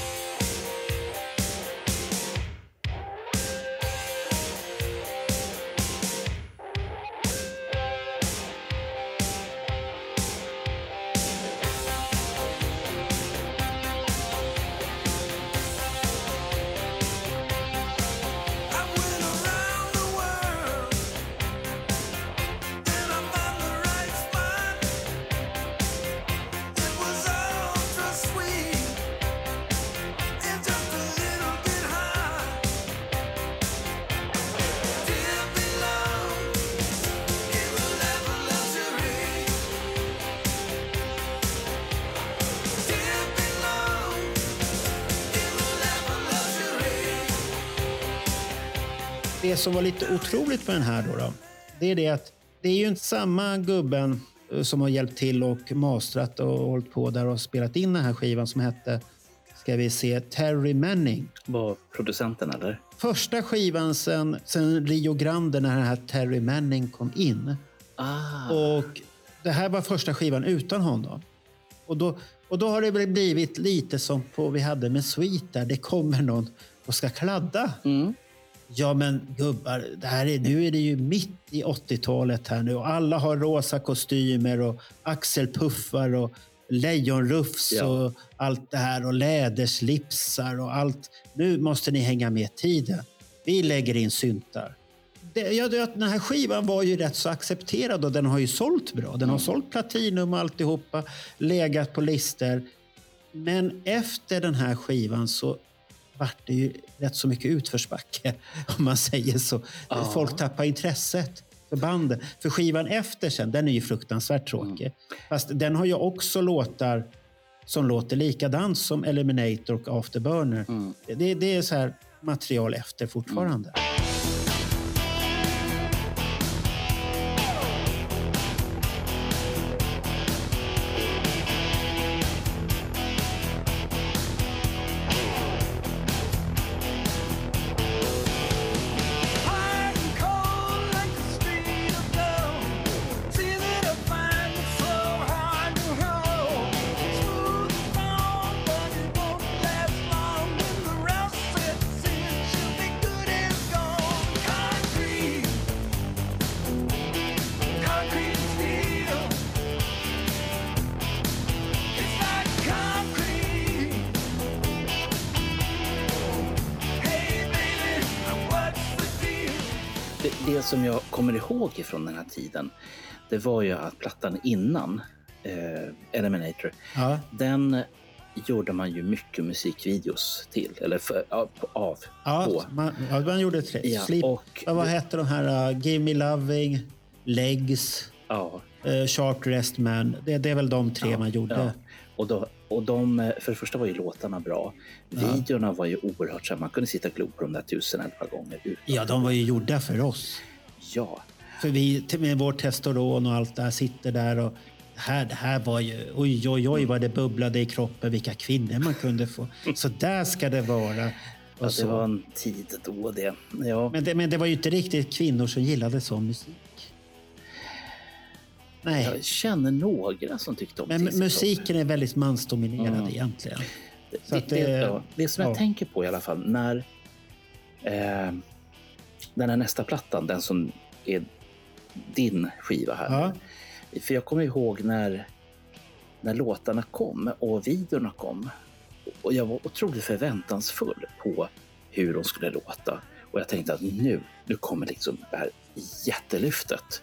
Det som var lite otroligt med den här då, det är det att det är ju inte samma gubben som har hjälpt till och mastrat och hållit på där och spelat in den här skivan som hette, ska vi se, Terry Manning. Var producenten eller? Första skivan sen Rio Grande när den här Terry Manning kom in. Och det här var första skivan utan honom. Och då har det blivit lite som vi hade med Sweet där. Det kommer någon och ska kladda. Ja men gubbar, nu är det ju mitt i 80-talet här nu och alla har rosa kostymer och axelpuffar och lejonrufs och allt det här och läderslipsar och allt. Nu måste ni hänga med tiden. Vi lägger in syntar. Den här skivan var ju rätt så accepterad och den har ju sålt bra. Den har sålt platinum och alltihopa, legat på lister. Men efter den här skivan så vart det ju rätt så mycket utförsbacke, om man säger så. Folk tappar intresset för bandet. För skivan efter sen, den är ju fruktansvärt tråkig. Fast den har ju också låtar som låter likadant som Eliminator och Afterburner. Det är så här material efter fortfarande. Det som jag kommer ihåg från den här tiden, det var ju att plattan innan Eliminator, den gjorde man ju mycket musikvideos till, eller man gjorde 3. Ja, Sleep, vad hette de här? Give Me Loving, Legs, Sharp Rest Man. Det är väl de 3 man gjorde. Ja. Och de, för det första var ju låtarna bra. Videorna var ju oerhört så man kunde sitta och glo på de där 1011 gånger. Ja, de var ju gjorda för oss. Ja. För vi med vår testosteron och allt där sitter där och det här var ju oj vad det bubblade i kroppen, vilka kvinnor man kunde få. Så där ska det vara. Ja, det var en tid då det. Ja. Men det var ju inte riktigt kvinnor som gillade sån musik. Nej. Jag känner några som tyckte om det. Men musiken är väldigt mansdominerad egentligen. Så det som jag tänker på i alla fall, när den här nästa plattan, den som är din skiva här. För jag kommer ihåg när låtarna kom och videorna kom. Och jag var otroligt förväntansfull på hur de skulle låta. Och jag tänkte att nu kommer liksom det här jättelyftet.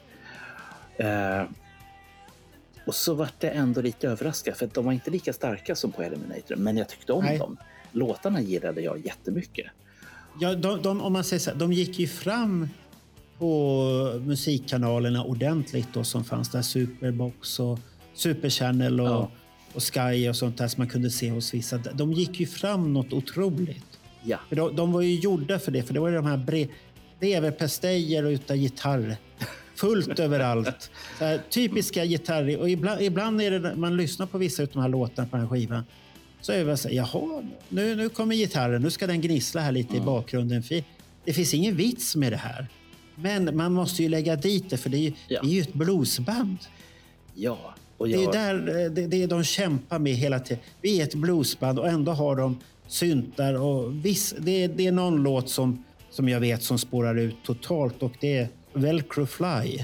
Och så var det ändå lite överraskad, för att de var inte lika starka som på Eliminator, men jag tyckte om dem. Låtarna gillade jag jättemycket. Ja, om man säger så här, de gick ju fram på musikkanalerna ordentligt då, som fanns där, Superbox och Super Channel och Sky och sånt där som man kunde se hos vissa. De gick ju fram något otroligt. Ja. För de var ju gjorda för det var ju de här leverpastejer och utan gitarr. Fullt överallt. Så här, typiska gitarrer. Och ibland är det, man lyssnar på vissa av de här låtarna på den här skivan, så är det så här, jaha, nu kommer gitarren, nu ska den gnissla här lite i bakgrunden. Det finns ingen vits med det här. Men man måste ju lägga dit det, för det är ju ett bluesband. Ja. Det är ju där det de kämpar med hela tiden. Vi är ett bluesband och ändå har de syntar och det är någon låt som jag vet som spårar ut totalt, och det är Velcro Fly.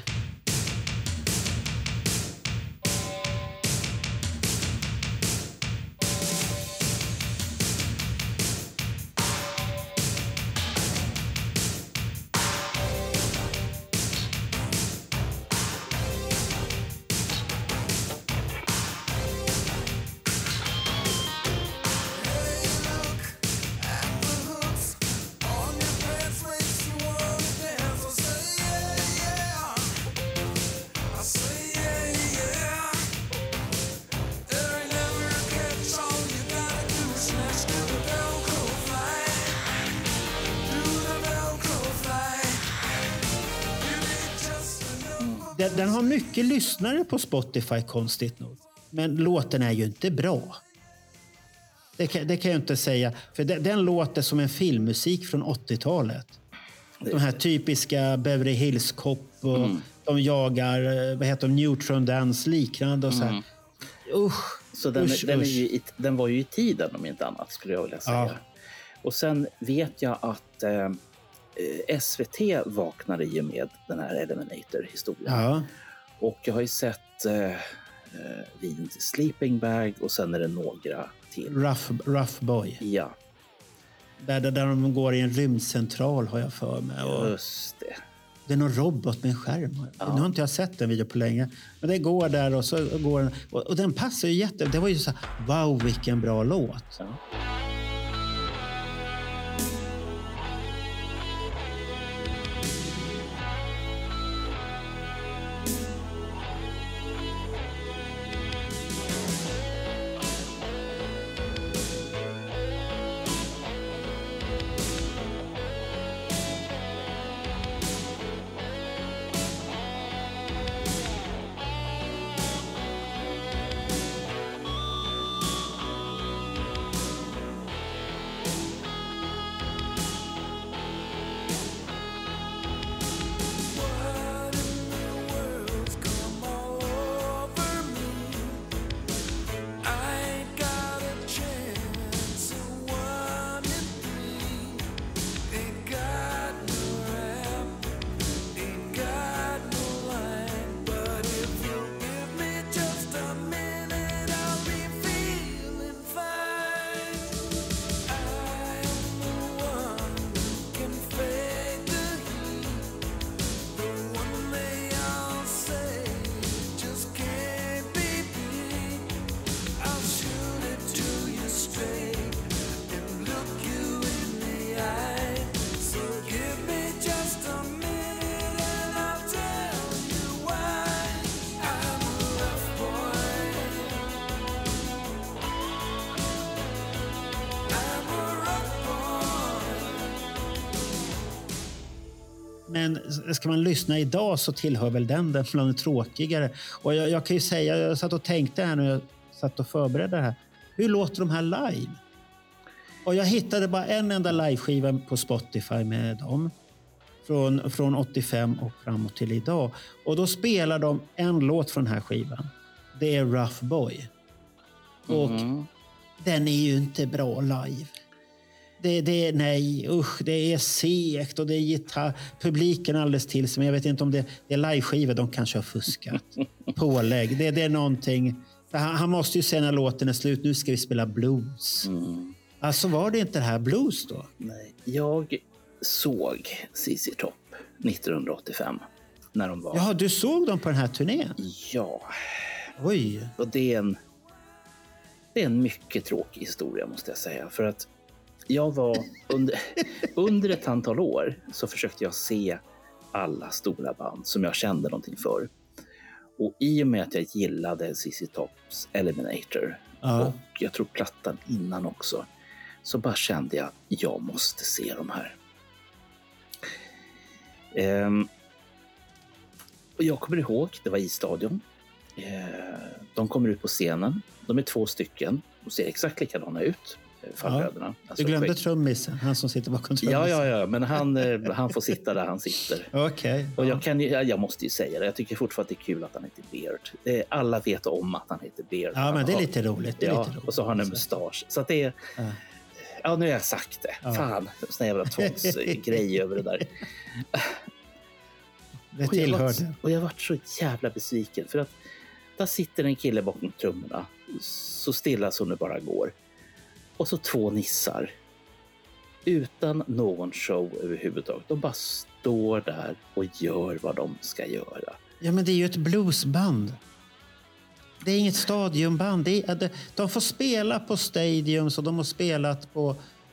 Den har mycket lyssnare på Spotify, konstigt nog. Men låten är ju inte bra. Det kan jag inte säga. För den låter som en filmmusik från 80-talet. De här typiska Beverly Hills Cop och de jagar, vad heter de, Neutron Dance, liknande och så här. Så den var ju i tiden, om inte annat, skulle jag vilja säga. Ja. Och sen vet jag att SVT vaknade ju med den här Eliminator-historien. Ja. Och jag har ju sett videon till Sleeping Bag, och sen är det några till. Rough Boy. Ja. Där de går i en rymdcentral, har jag för mig. Och just det. Det är någon robot med en skärm. Ja. Nu har inte jag sett den video på länge. Men det går där och så går den. Och den passar ju det var ju så här, wow, vilken bra låt. Ja. Men ska man lyssna idag så tillhör väl den bland det tråkigare. Och jag kan ju säga, jag satt och tänkte här när jag satt och förberedde det här. Hur låter de här live? Och jag hittade bara en enda liveskiva på Spotify med dem. Från 85 och framåt till idag. Och då spelar de en låt från den här skivan. Det är Rough Boy. Och den är ju inte bra live. Nej, usch, det är segt och det är gitarr. Publiken alldeles till sig, men jag vet inte om det är liveskiva. De kanske har fuskat. Pålägg, det är någonting. Han måste ju säga när låten är slut, nu ska vi spela blues. Alltså var det inte det här blues då? Nej, jag såg ZZ Top 1985 när de var... Jaha, du såg dem på den här turnén? Ja. Oj. Och det är en mycket tråkig historia måste jag säga. För att jag var under ett antal år så försökte jag se alla stora band som jag kände någonting för. Och i och med att jag gillade ZZ Tops Eliminator och jag tror plattan innan också, så bara kände jag måste se de här. Och jag kommer ihåg, det var i stadion. De kommer ut på scenen. De är 2 stycken. De ser exakt likadana ut. Farbröderna. Du glömde trummisen, han som sitter bakom trummisen. Ja, men han får sitta där han sitter. Okej. Och jag måste ju säga det. Jag tycker fortfarande att det är kul att han heter Beard. Alla vet om att han heter Beard. Ja, men det är lite roligt. Och så har han en mustasch. Så att det är... Ja, nu har jag sagt det. Ja. Fan, sån jävla tvångsgrej över det där. Det tillhör det. Och jag har varit så jävla besviken. För att där sitter en kille bakom trummorna. Så stilla som det bara går. Och så 2 nissar. Utan någon show överhuvudtaget. De bara står där och gör vad de ska göra. Ja, men det är ju ett bluesband. Det är inget stadionband. De får spela på stadiums och de har spelat på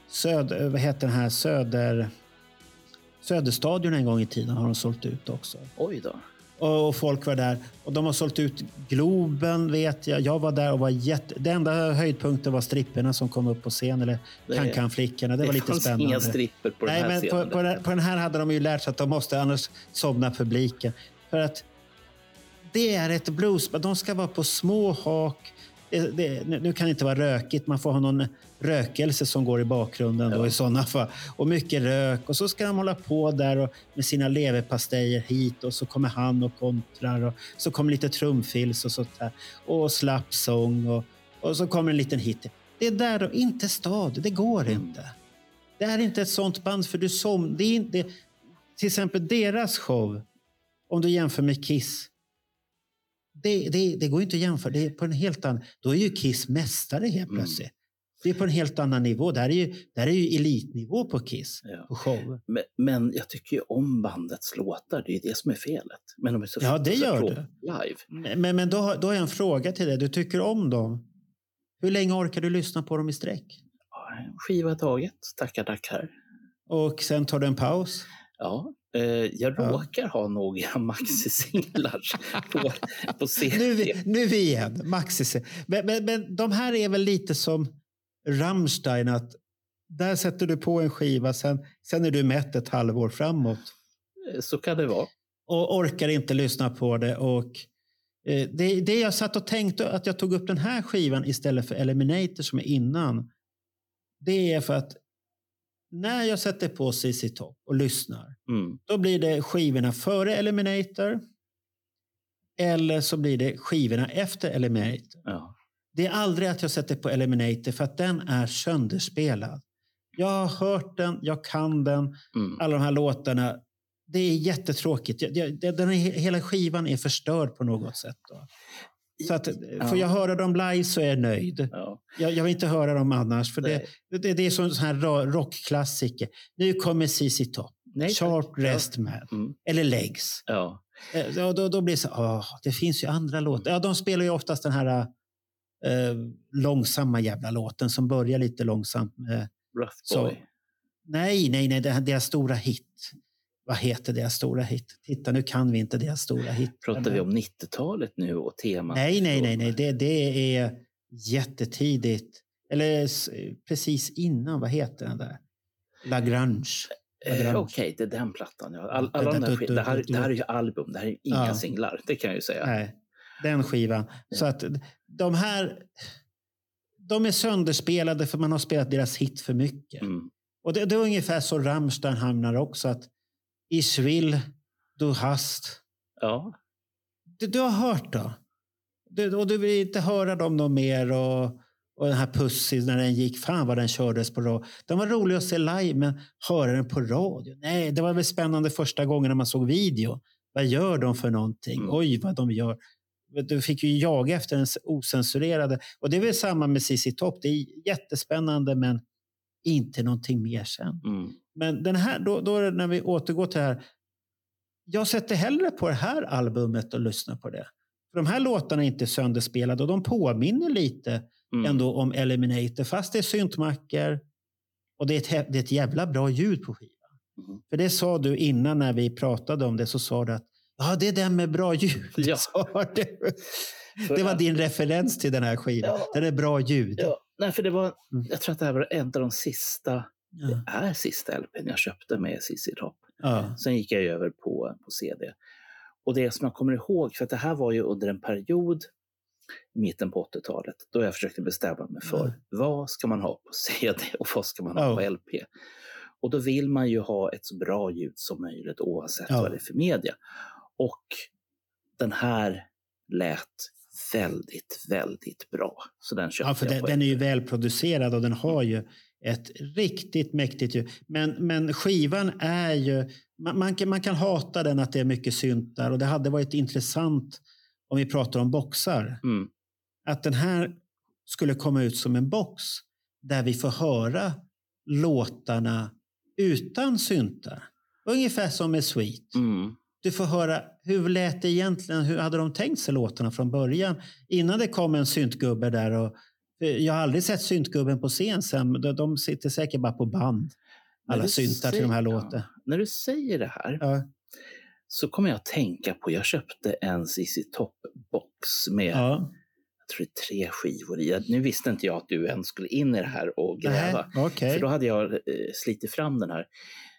Söderstadion en gång i tiden har de sålt ut också. Oj då. Och folk var där. Och de har sålt ut Globen, vet jag. Jag var där och var det enda höjdpunkten var stripperna som kom upp på scen. Eller Can-Can-flickorna. Det var lite spännande. Det fanns inga stripper på den här scenen. På den här hade de ju lärt sig att de måste annars somna publiken. För att det är ett bluesband. De ska vara på små hak. Nu kan det inte vara rökigt. Man får ha någon rökelse som går i bakgrunden då, i sådana fall. Och mycket rök. Och så ska de hålla på där och med sina leverpastejer hit. Och så kommer han och kontrar. Och så kommer lite trumfills och sånt där. Och slapp sång. Och så kommer en liten hit. Det är där och inte stad. Det går inte. Det är inte ett sånt band för det är inte, till exempel deras show. Om du jämför med Kiss. Det går inte att jämföra. Det är på en helt annan... Då är ju Kiss mästare helt plötsligt. Det är på en helt annan nivå. Där är ju elitnivå på Kiss. På show. Men jag tycker ju om bandets låtar. Det är det som är felet. Men de är så det gör du. Live. Men då har jag en fråga till dig. Du tycker om dem. Hur länge orkar du lyssna på dem i sträck? Ja, skiva taget. Tackar. Och sen tar du en paus? Ja. Jag råkar ha några maxi-singlar på CD. Nu igen, maxi-singlar. Men de här är väl lite som Rammstein, att där sätter du på en skiva, sen är du mätt ett halvår framåt. Så kan det vara. Och orkar inte lyssna på det. Och det jag satt och tänkte att jag tog upp den här skivan istället för Eliminator som är innan. Det är för att när jag sätter på ZZ Top och lyssnar, då blir det skivorna före Eliminator eller så blir det skivorna efter Eliminator. Ja. Det är aldrig att jag sätter på Eliminator för att den är sönderspelad. Jag har hört den, jag kan den, alla de här låtarna. Det är jättetråkigt. Hela skivan är förstörd på något sätt då. Så att får jag höra dem live så är jag nöjd. Ja. Jag vill inte höra dem annars. För det är sån här rockklassiker. Nu kommer ZZ Top. Sharp Rest Man. Eller Legs. Ja. Då blir det så, det finns ju andra låtar. Ja, de spelar ju oftast den här långsamma jävla låten som börjar lite långsamt. Rough Boy. Nej, det är deras stora hit. Vad heter deras stora hit? Titta, nu kan vi inte deras stora hit. Pratar vi om 90-talet nu och temat? Nej. Det är jättetidigt. Eller precis innan, vad heter den där? Lagrange. Okej, det är den plattan. Ja. Alla de där det här är ju album, det här är inga singlar, det kan jag ju säga. Nej, den skivan. Så att de här, de är sönderspelade för man har spelat deras hit för mycket. Och det är ungefär så Rammstein hamnar också, att Ich will, du hast. Ja. Du har hört då. Och du vill inte höra dem något mer. Och den här Pussy, när den gick, fan vad den kördes på radio. Den var rolig att se live, men höra den på radio. Nej, det var väl spännande första gången när man såg video. Vad gör de för någonting? Oj, vad de gör. Du fick ju jaga efter den osensurerade. Och det är väl samma med ZZ Top. Det är jättespännande, men inte någonting mer sen. Men den här, då när vi återgår till det här. Jag sätter hellre på det här albumet och lyssnar på det. För de här låtarna är inte sönderspelade och de påminner lite ändå om Eliminator. Fast det är syntmackor och det är ett jävla bra ljud på skivan. För det sa du innan när vi pratade om det, så sa du att ja, det är den med bra ljud. Ja. Det var din referens till den här skivan. Ja. Den är bra ljud. Ja. Nej, för det var, jag tror att det här var en av de sista, det är sista LPn jag köpte med ZZ Top. Ja. Sen gick jag över på CD. Och det som jag kommer ihåg, för att det här var ju under en period i mitten på 80-talet, då jag försökte bestämma mig för vad ska man ha på CD och vad ska man ha på LP. Och då vill man ju ha ett så bra ljud som möjligt oavsett vad det är för media. Och den här lät väldigt, väldigt bra. Så den köpte för den är ju välproducerad och den har ju ett riktigt mäktigt ljud. Men skivan är ju, man kan hata den att det är mycket syntar, och det hade varit intressant om vi pratar om boxar. Att den här skulle komma ut som en box där vi får höra låtarna utan syntar. Ungefär som med Sweet. Du får höra hur lät det egentligen, hur hade de tänkt sig låtarna från början innan det kom en syntgubbe där. Och jag har aldrig sett syntgubben på scen sen. De sitter säkert bara på band. Alla syntar till de här låtarna. När du säger det här så kommer jag att tänka på, jag köpte en ZZ Top-box med jag tror det är 3 skivor i. Nu visste inte jag att du än skulle in i det här och gräva. För då hade jag slitit fram den här.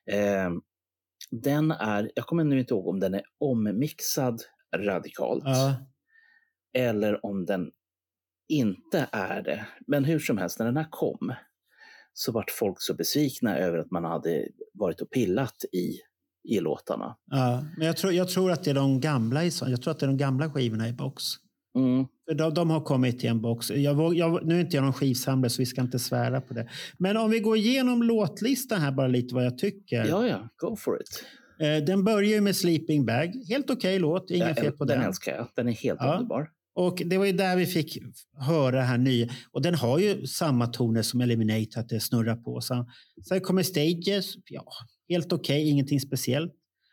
Den är, jag kommer nu inte ihåg om den är ommixad radikalt eller om den inte är det. Men hur som helst, när den här kom så vart folk så besvikna över att man hade varit och pillat i låtarna. Ja, men jag tror att det är de gamla jag tror att det är de gamla skivorna i box. De har kommit i en box. Nu är inte jag någon skivsamlare så vi ska inte svära på det. Men om vi går igenom låtlistan här bara lite vad jag tycker. Ja, go for it. Den börjar ju med Sleeping Bag. Helt okej låt, ingen fel på den. Den älskar jag, den är helt underbar. Och det var ju där vi fick höra här nya. Och den har ju samma toner som Eliminate, att det snurrar på. Sen kommer Stages, helt okej, ingenting speciellt.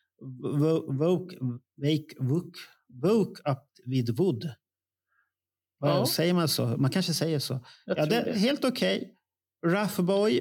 Woke Up With Wood. Säger man så? Man kanske säger så. Det är helt okej. Rough Boy,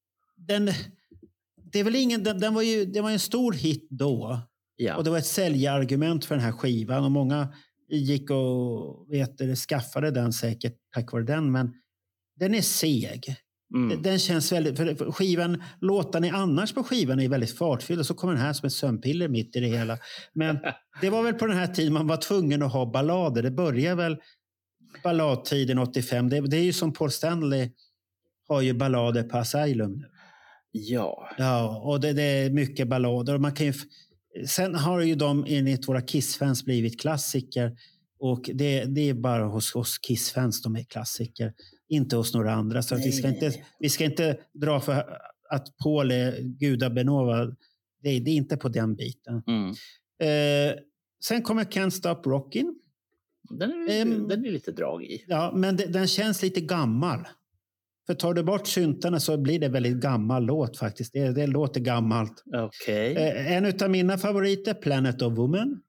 det är väl det var ju en stor hit då. Ja. Och det var ett säljargument för den här skivan. Och många gick och skaffade den säkert tack vare den. Men den är seg. Den känns väldigt, för skivan, låtarna annars på skivan är väldigt fartfylld, och så kommer den här som ett sömnpiller mitt i det hela. Men det var väl på den här tiden man var tvungen att ha ballader. Det börjar väl balladtiden 85. Det är ju som Paul Stanley har ju ballader på Asylum nu. Ja, och det är mycket ballader. Och man kan ju, sen har ju de enligt våra Kiss-fans blivit klassiker. Och det är bara hos Kiss-fans de är klassiker. Inte hos några andra. Så att vi ska inte dra för att Paul är gudabenåvad. Det är inte på den biten. Sen kommer Can't Stop Rockin'. Den är lite drag i. Ja, men den känns lite gammal. För tar du bort syntarna så blir det väldigt gammal låt faktiskt. Det låter gammalt. Okej. En av mina favoriter, Planet of Women.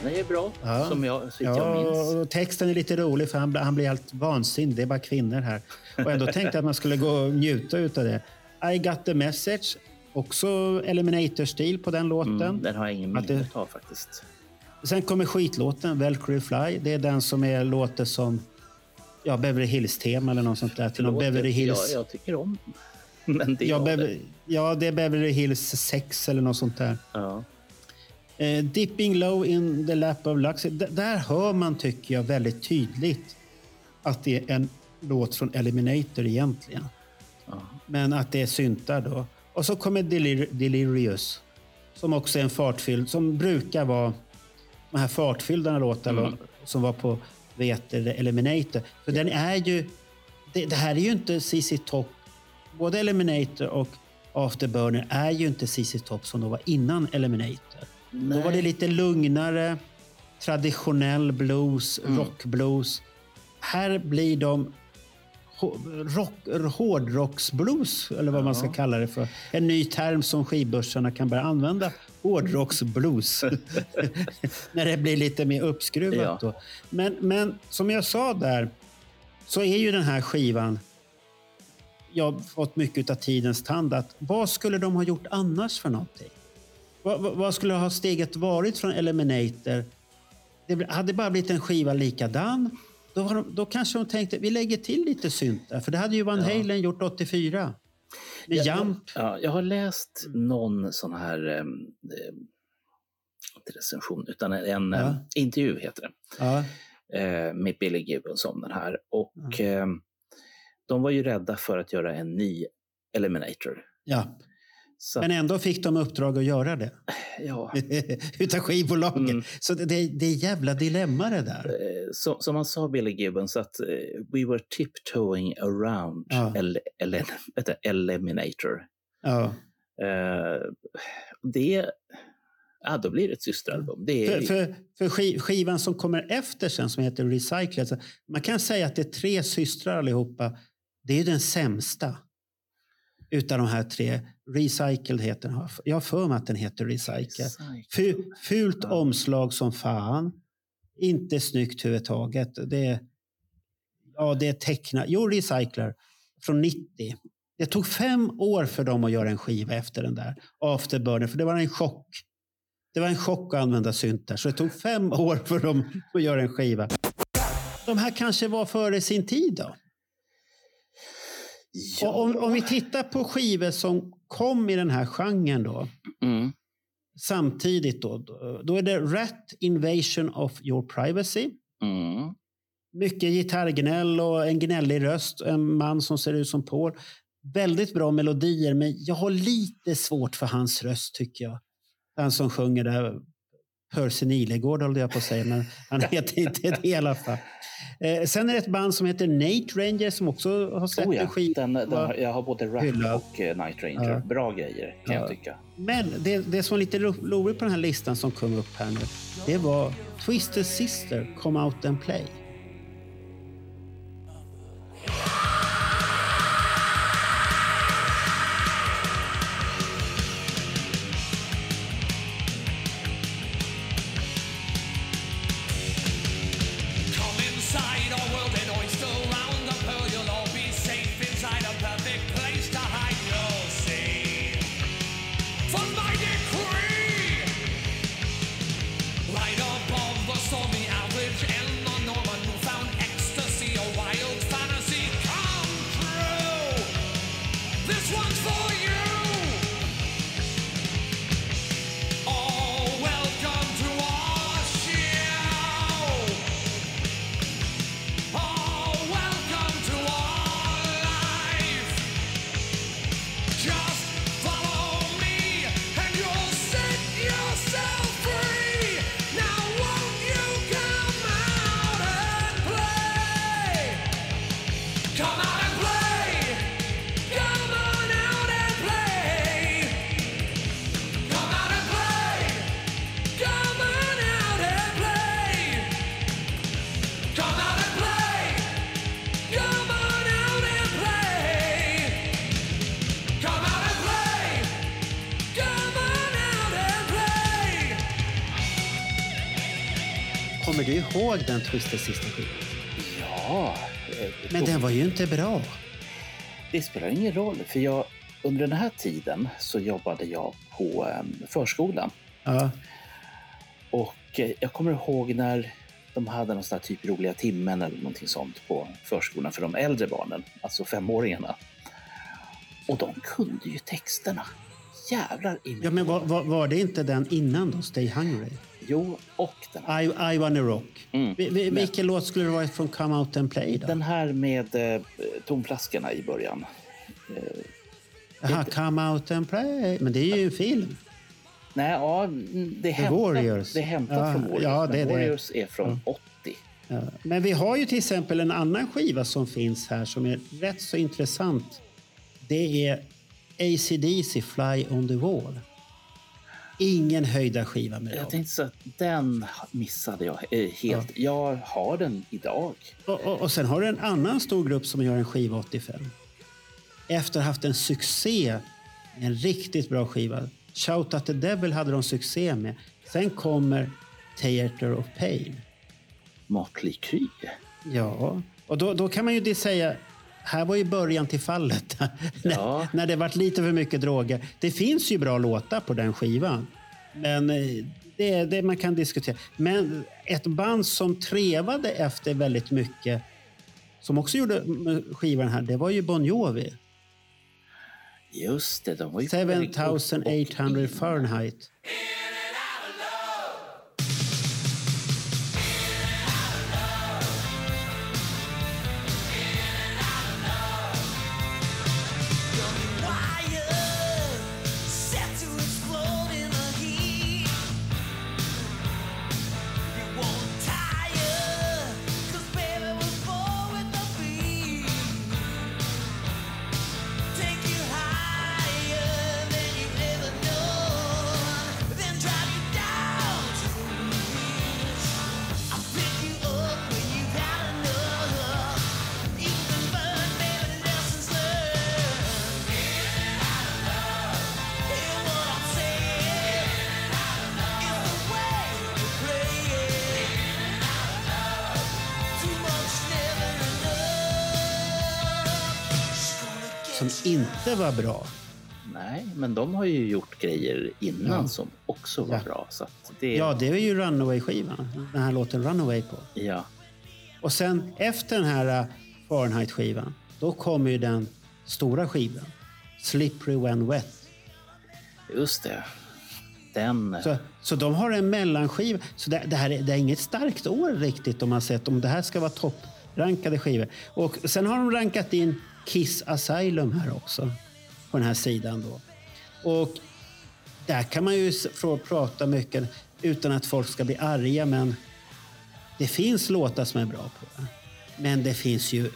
Den är ju bra, som jag minns. Och texten är lite rolig för han blir helt vansinnig. Det är bara kvinnor här. Och ändå tänkte jag att man skulle gå och njuta utav det. I got the message. Också Eliminator-stil på den låten. Den har jag ingen minne av faktiskt. Sen kommer skitlåten, Valkyrie Fly. Det är den som är låter som Beverly Hills-tema eller något sånt där. Till någon Beverly Hills. Jag tycker om. Men det det är Beverly Hills 6 eller något sånt där. Ja. Dipping Low in the Lap of Luxury. Där hör man, tycker jag, väldigt tydligt att det är en låt från Eliminator egentligen. Ja. Men att det är syntar då. Och så kommer Delirious, som också är en fartfylld, som brukar vara de här fartfyllda låtarna som var på Eliminator. För den är ju, det här är ju inte ZZ Top. Både Eliminator och Afterburner är ju inte ZZ Top som de var innan Eliminator. Nej. Då var det lite lugnare, traditionell blues, rockblues. Här blir de hårdrocksblues, eller vad man ska kalla det för. En ny term som skivbörsarna kan börja använda. Hårdrocksblues. När det blir lite mer uppskruvat då. Men som jag sa där, så är ju den här skivan, jag har fått mycket av tidens tand, att vad skulle de ha gjort annars för någonting? Vad skulle ha steget varit från Eliminator? Det hade bara blivit en skiva likadan. Då kanske de tänkte, vi lägger till lite synt där. För det hade ju Van Halen gjort 84. Med Jump. Jag har läst någon sån här inte recension, utan en intervju heter det. Ja. Med Billy Gibbons om den här. Och de var ju rädda för att göra en ny Eliminator. Ja. Men ändå fick de uppdrag att göra det. Ja. Utav skivbolagen. Så det är jävla dilemma det där. Som han sa, Billy Gibbons, att we were tiptoeing around Eliminator. Ja. Då blir det ett systeralbum. För skivan som kommer efter sen, som heter Recycled, så man kan säga att det är 3 systrar allihopa. Det är ju den sämsta utav de här 3. Recycled heter den. Jag har för mig att den heter Recycled. Fult omslag som fan. Inte snyggt överhuvudtaget. Det är tecknat. Recycler från 90. Det tog 5 år för dem att göra en skiva efter den där Afterburner, för det var en chock. Det var en chock att använda syntar, så det tog 5 år för dem att göra en skiva. De här kanske var före sin tid då? Ja. Om vi tittar på skivor som kom i den här genren då, samtidigt då är det Rat Invasion of Your Privacy. Mycket gitarrgnäll och en gnällig röst, en man som ser ut som Paul. Väldigt bra melodier, men jag har lite svårt för hans röst, tycker jag. Han som sjunger där, Percy Nilegård håller jag på att säga, men han heter inte det i alla fall. Sen är det ett band som heter Night Ranger som också har släppt en skiva. Jag har både Rat och Night Ranger. Ja. Bra grejer, kan jag tycka. Men det som var lite roligt på den här listan som kom upp här nu, det var Twisted Sister, Come Out and Play. Yourself free. Now won't you come out? kommer du ihåg den Twisted Sister skivan? Ja. Men den var ju inte bra. Det spelar ingen roll, för under den här tiden så jobbade jag på förskolan. Ja. Och jag kommer ihåg när de hade någon sån här typ roliga timmen eller någonting sånt på förskolan för de äldre barnen, alltså 5-åringarna. Och de kunde ju texterna. Jävlar in. Ja, men var det inte den innan då, Stay Hungry? Jo, och den här. I Wanna Rock. Vilken låt skulle det vara från Come Out and Play då? Den här med tomflaskorna i början. Jaha, Come Out and Play. Men det är ju en film. Nej, ja, det är hämtat från Warriors. Ja, men Warriors är från 80. Ja. Men vi har ju till exempel en annan skiva som finns här som är rätt så intressant. Det är AC/DC Fly on the Wall. Ingen höjda skiva med Jag dem. tänkte så att den missade jag helt. Ja. Jag har den idag. Och sen har du en annan stor grupp som gör en skiva 85. Efter att ha haft en succé, en riktigt bra skiva. Shout at the Devil hade de succé med. Sen kommer Theater of Pain. Motley Crue. Ja, och då kan man ju säga, här var ju början till fallet. Ja. när det varit lite för mycket droger. Det finns ju bra låtar på den skivan. Men det man kan diskutera. Men ett band som trevade efter väldigt mycket, som också gjorde skivan här, det var ju Bon Jovi. Just det, de var ju 7800 Fahrenheit. Som inte var bra. Nej, men de har ju gjort grejer innan som också var bra. Så att det... Ja, det är ju Runaway-skivan. Den här låten Runaway på. Ja. Och sen efter den här Fahrenheit-skivan, då kommer ju den stora skivan. Slippery When Wet. Just det. Den... Så de har en mellanskiva. Så det här är inget starkt år riktigt om man sett om det här ska vara topprankade skivor. Och sen har de rankat in Kiss Asylum här också. På den här sidan då. Och där kan man ju prata mycket utan att folk ska bli arga, men det finns låtar som är bra på det. Men det finns ju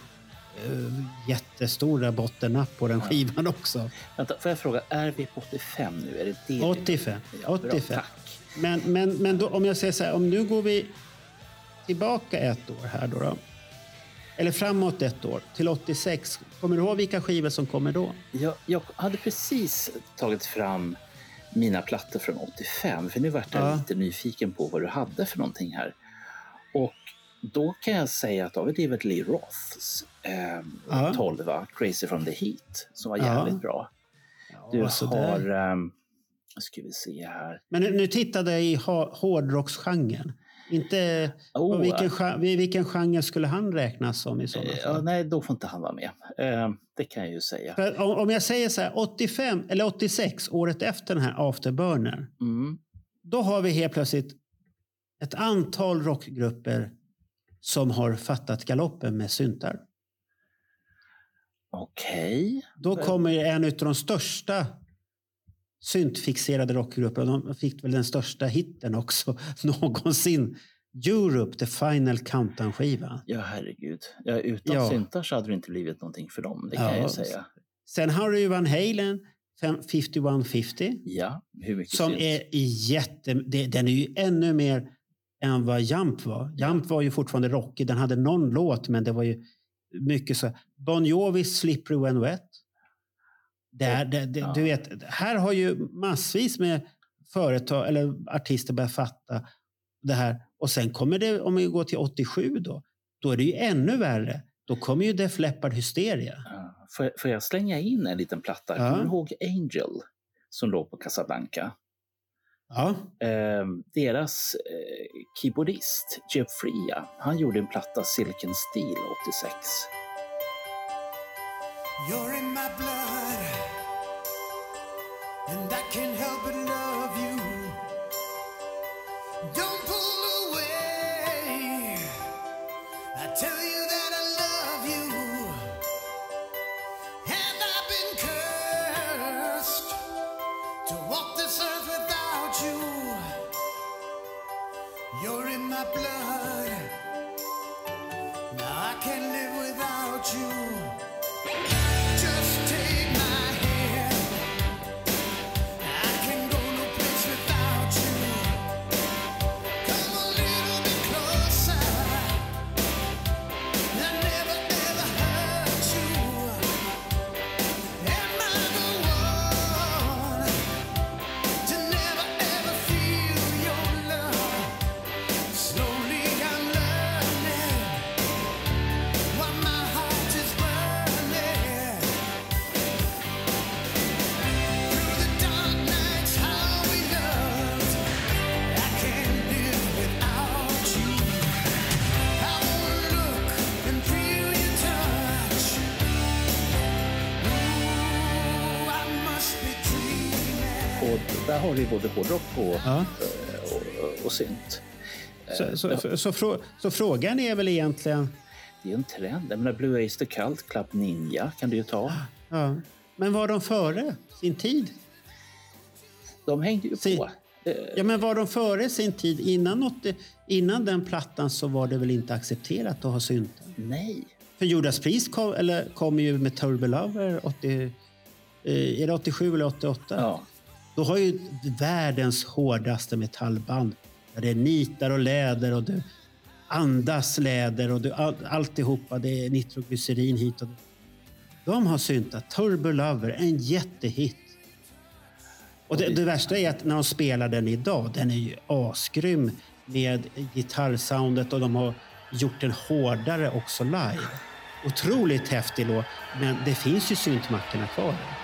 jättestora bottennapp på den skivan också. Vänta, får jag fråga, är vi på 85 nu? Är det 85. Ja, 85. Bra, tack. Men då, om jag säger så här, om nu går vi tillbaka ett år här då. Eller framåt ett år, till 86. Kommer du ihåg vilka skivor som kommer då? Jag hade precis tagit fram mina plattor från 85. För nu var jag lite nyfiken på vad du hade för någonting här. Och då kan jag säga att då har vi David Lee Roths 12, Crazy from the Heat, som var jävligt bra. Du har, ska vi se här. Men nu tittade jag i hårdrocksgenren. Inte vilken genre skulle han räknas som i sådana fall? Nej, då får inte han vara med. Det kan jag ju säga. För om jag säger så här, 85 eller 86, året efter den här Afterburner, då har vi helt plötsligt ett antal rockgrupper som har fattat galoppen med syntar. Okej. Då kommer en av de största syntfixerade rockgrupperna. De fick väl den största hitten också någonsin. Europe, The Final Countdown-skiva. Ja, herregud. Utan syntar så hade det inte blivit någonting för dem, det kan jag ju säga. Sen har du ju Van Halen, 5150. Ja, hur mycket som är den är ju ännu mer än vad Jump var. Jump var ju fortfarande rockig. Den hade någon låt, men det var ju mycket så. Bon Jovis Slippery When Wet. Du vet, här har ju massvis med företag eller artister börjat fatta. det här. Och sen kommer det, om vi går till 87 då är det ju ännu värre. Då kommer ju Def Leppard Hysteria. Ja. Får jag slänga in en liten platta? Ja. Kommer du ihåg Angel som låg på Casablanca? Ja. Deras keyboardist Jeff Fria, han gjorde en platta Silken Steel 86. You're in my blood, and I can't help but love you. Don't pull away, I tell you that I love you. And I've been cursed to walk this earth without you. You're in my blood, now I can't live without you. Just take my hand, I can go no place without you. Come a little bit closer, I never ever hurt you. Am I the one to never ever feel your love? Slowly I'm learning why my heart is burning. Through the dark nights how we loved, I can't live without you. I wanna look and feel your touch. Ooh, I must be dreaming. Och där har vi både hårdrock Ja. och synt. Så frågan är väl egentligen... Det är en trend. Jag menar, Blue Oyster Cult, Club Ninja kan du ju ta. Ja. Men var de före sin tid? De hängde ju på. Ja, men var de före sin tid? Innan den plattan så var det väl inte accepterat att ha synten? Nej. För Judas Priest kom ju med Turbo Lover är det 87 eller 88? Ja. Då har ju världens hårdaste metallband. Där det är nitar och läder och du andas läder och alltihopa. Det är nitroglycerin hit och dit. De har syntat Turbo Lover, en jättehit. Och det värsta är att när de spelar den idag, den är ju asgrym med gitarrsoundet och de har gjort den hårdare också live. Otroligt häftig låt, men det finns ju syntmackorna kvar där.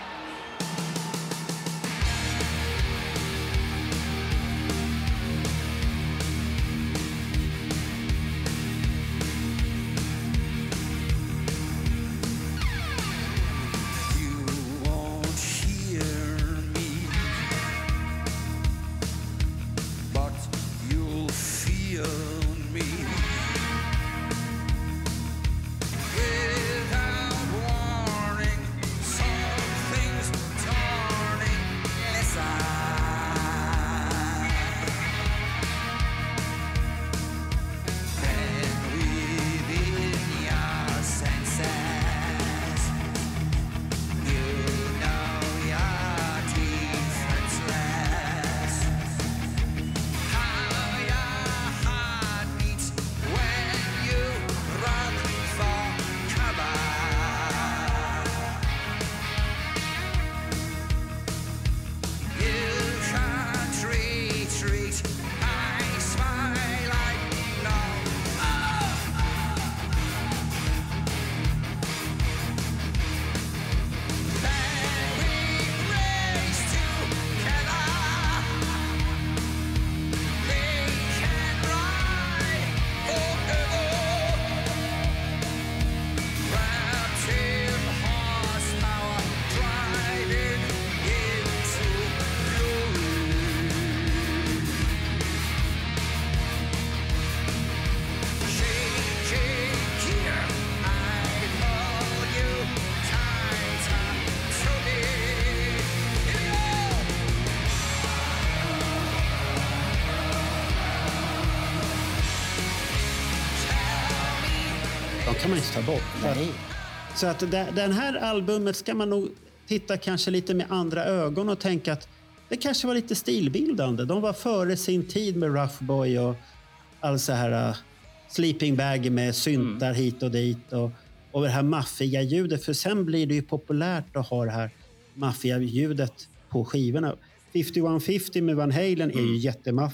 Kan man inte ta bort. Nej. Så att den här albumet ska man nog titta kanske lite med andra ögon och tänka att det kanske var lite stilbildande. De var före sin tid med Rough Boy och all så här sleeping bag med syntar hit och dit och det här maffiga ljudet. För sen blir det ju populärt att ha det här maffiga ljudet på skivorna. 5150 med Van Halen är ju jättemaffig.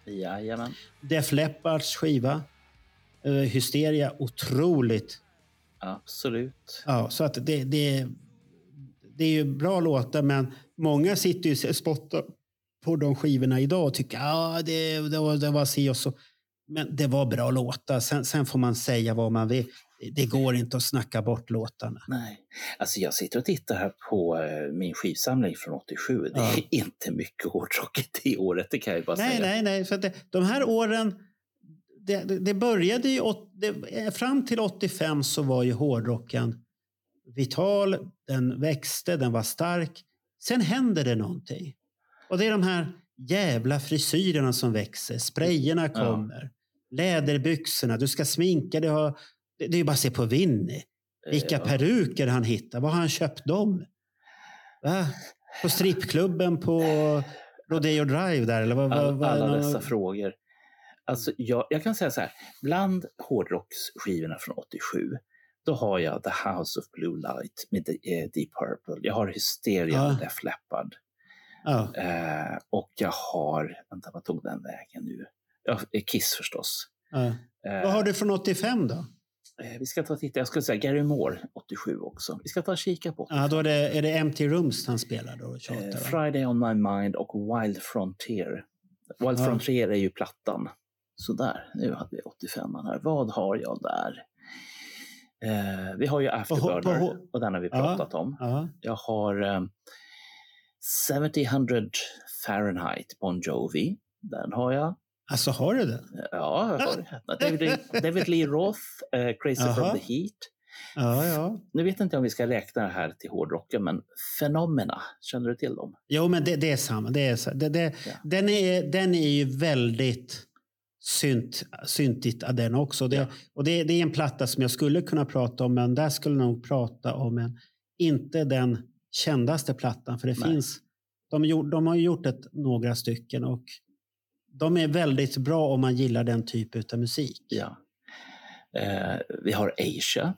Jajamän. Def Leppards skiva. Hysteria, otroligt. Absolut. Ja, så att det är ju bra låtar, men många sitter ju och spottar på de skivorna idag och tycker det var si och så. Men det var bra låtar. Sen får man säga vad man vill. Det går inte att snacka bort låtarna. Nej. Alltså jag sitter och tittar här på min skivsamling från 87. Det är inte mycket hårdrock det året, det kan jag ju bara säga. Nej. För att de här åren, det började ju... Fram till 85 så var ju hårdrocken vital. Den växte, den var stark. Sen hände det någonting. Och det är de här jävla frisyrerna som växer. Sprayerna kommer. Läderbyxorna, du ska sminka dig. Det är ju bara att se på Vinny. Vilka peruker han hittar. Var har han köpt dem? Va? På strippklubben på Rodeo Drive där? Eller alla dessa frågor. Alltså, jag kan säga så här. Bland hårdrocksskivorna från 87, då har jag The House of Blue Light med Deep Purple. Jag har Hysteria med Def Leppard. Och jag har... Vänta, vad tog den vägen nu? Kiss förstås. Vad har du från 85 då? Vi ska ta och titta. Jag skulle säga Gary Moore 87 också. Vi ska ta och kika på. Då är det Empty Rooms han spelar då? Friday on My Mind och Wild Frontier. Wild Frontier är ju plattan. Så där, nu hade vi 85 här. Vad har jag där? Vi har ju Afterburner och den har vi pratat om. Jag har 70-100 Fahrenheit Bon Jovi. Den har jag. Alltså har du det? Ja, jag har det. David Lee Roth, Crazy from the Heat. Ja. Nu vet inte om vi ska räkna det här till hårdrocken, men Phenomena, känner du till dem? Jo, men det är samma. Den är ju väldigt syntigt av den också. Och det är en platta som jag skulle kunna prata om, men där skulle jag nog prata om inte den kändaste plattan, för det finns... De har gjort några stycken och de är väldigt bra om man gillar den typen av musik. Ja. Vi har Asia.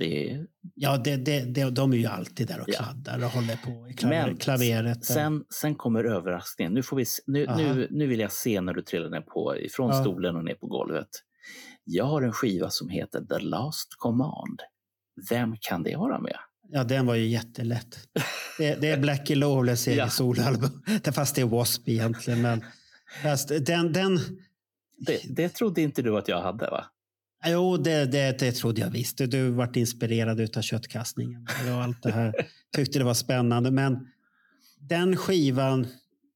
De är ju alltid där och kladdar och håller på i klaveret. Sen kommer överraskningen. Nu vill jag se när du trillar ner ifrån stolen och ner på golvet. Jag har en skiva som heter The Last Command. Vem kan det vara med? Ja, den var ju jättelätt. Det är Blackie Lawless egen soloalbum. Fast det är W.A.S.P. egentligen. Men fast det trodde inte du att jag hade, va? Jo, det trodde jag visst. Du varit inspirerad av köttkastningen och allt det här. Tyckte det var spännande. Men den skivan,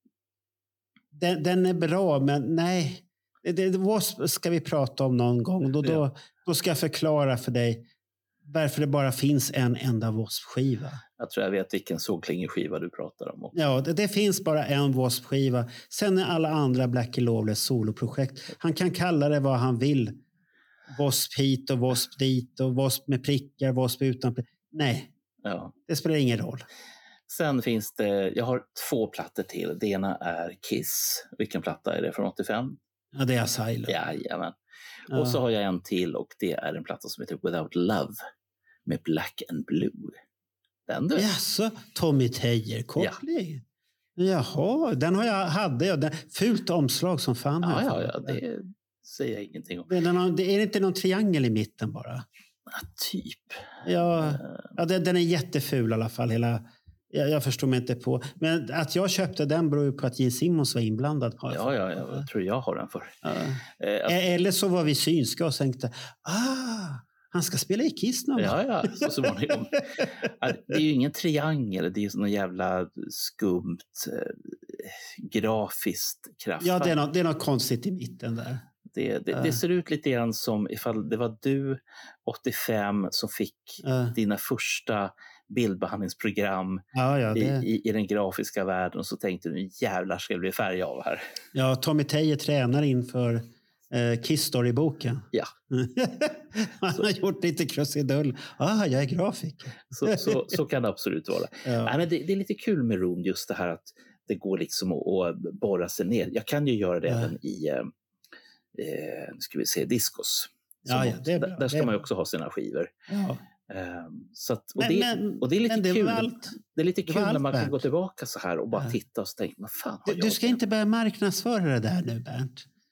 den är bra, men nej. W.A.S.P. ska vi prata om någon gång. Då ska jag förklara för dig varför det bara finns en enda W.A.S.P.-skiva. Jag tror jag vet vilken sågklingeskiva du pratar om också. Ja, det finns bara en W.A.S.P.-skiva. Sen är alla andra Blackie Lawless soloprojekt. Han kan kalla det vad han vill. W.A.S.P. hit och W.A.S.P. dit och W.A.S.P. med prickar, W.A.S.P. utan prickar. Nej, det spelar ingen roll. Sen finns det, jag har 2 plattor till. Det ena är Kiss. Vilken platta är det från 85? Ja, det är Asylum. Jajamän. Och så har jag en till och det är en platta som heter Without Love med Black and Blue. Den du? Jaså, Tommy Tejer-koppling. Jaha, den hade jag. Fult omslag som fan. Ja, det säger jag ingenting om. Det är inte någon triangel i mitten bara? Ja, typ. Ja, den är jätteful i alla fall. Jag förstår mig inte på. Men att jag köpte den beror ju på att Gene Simmons var inblandad. Jag tror jag har den för. Eller så var vi synska och tänkte, han ska spela i Kiss nu. Ja, så var det. Det är ju ingen triangel, det är ju sån jävla skumt grafiskt kraft. Ja, det är något konstigt i mitten där. Det ser ut lite grann som ifall det var du 85 som fick dina första bildbehandlingsprogram i den grafiska världen, och så tänkte du, jävlar ska det bli färg av här. Ja, Tommy Tejer tränar inför Kiss Story-boken. Ja. Han har gjort lite krusidull. Jag är grafiker. Så kan det absolut vara. Nej, men det är lite kul med Room, just det här att det går liksom att borra sig ner. Jag kan ju göra det även i nu ska vi se, Discos. Där ska man ju också ha sina skivor. Så att, och det är lite kul. Det är lite kul när man kan gå tillbaka så här och bara titta och tänka, vad fan har du ska inte börja marknadsföra det där nu, Bernt.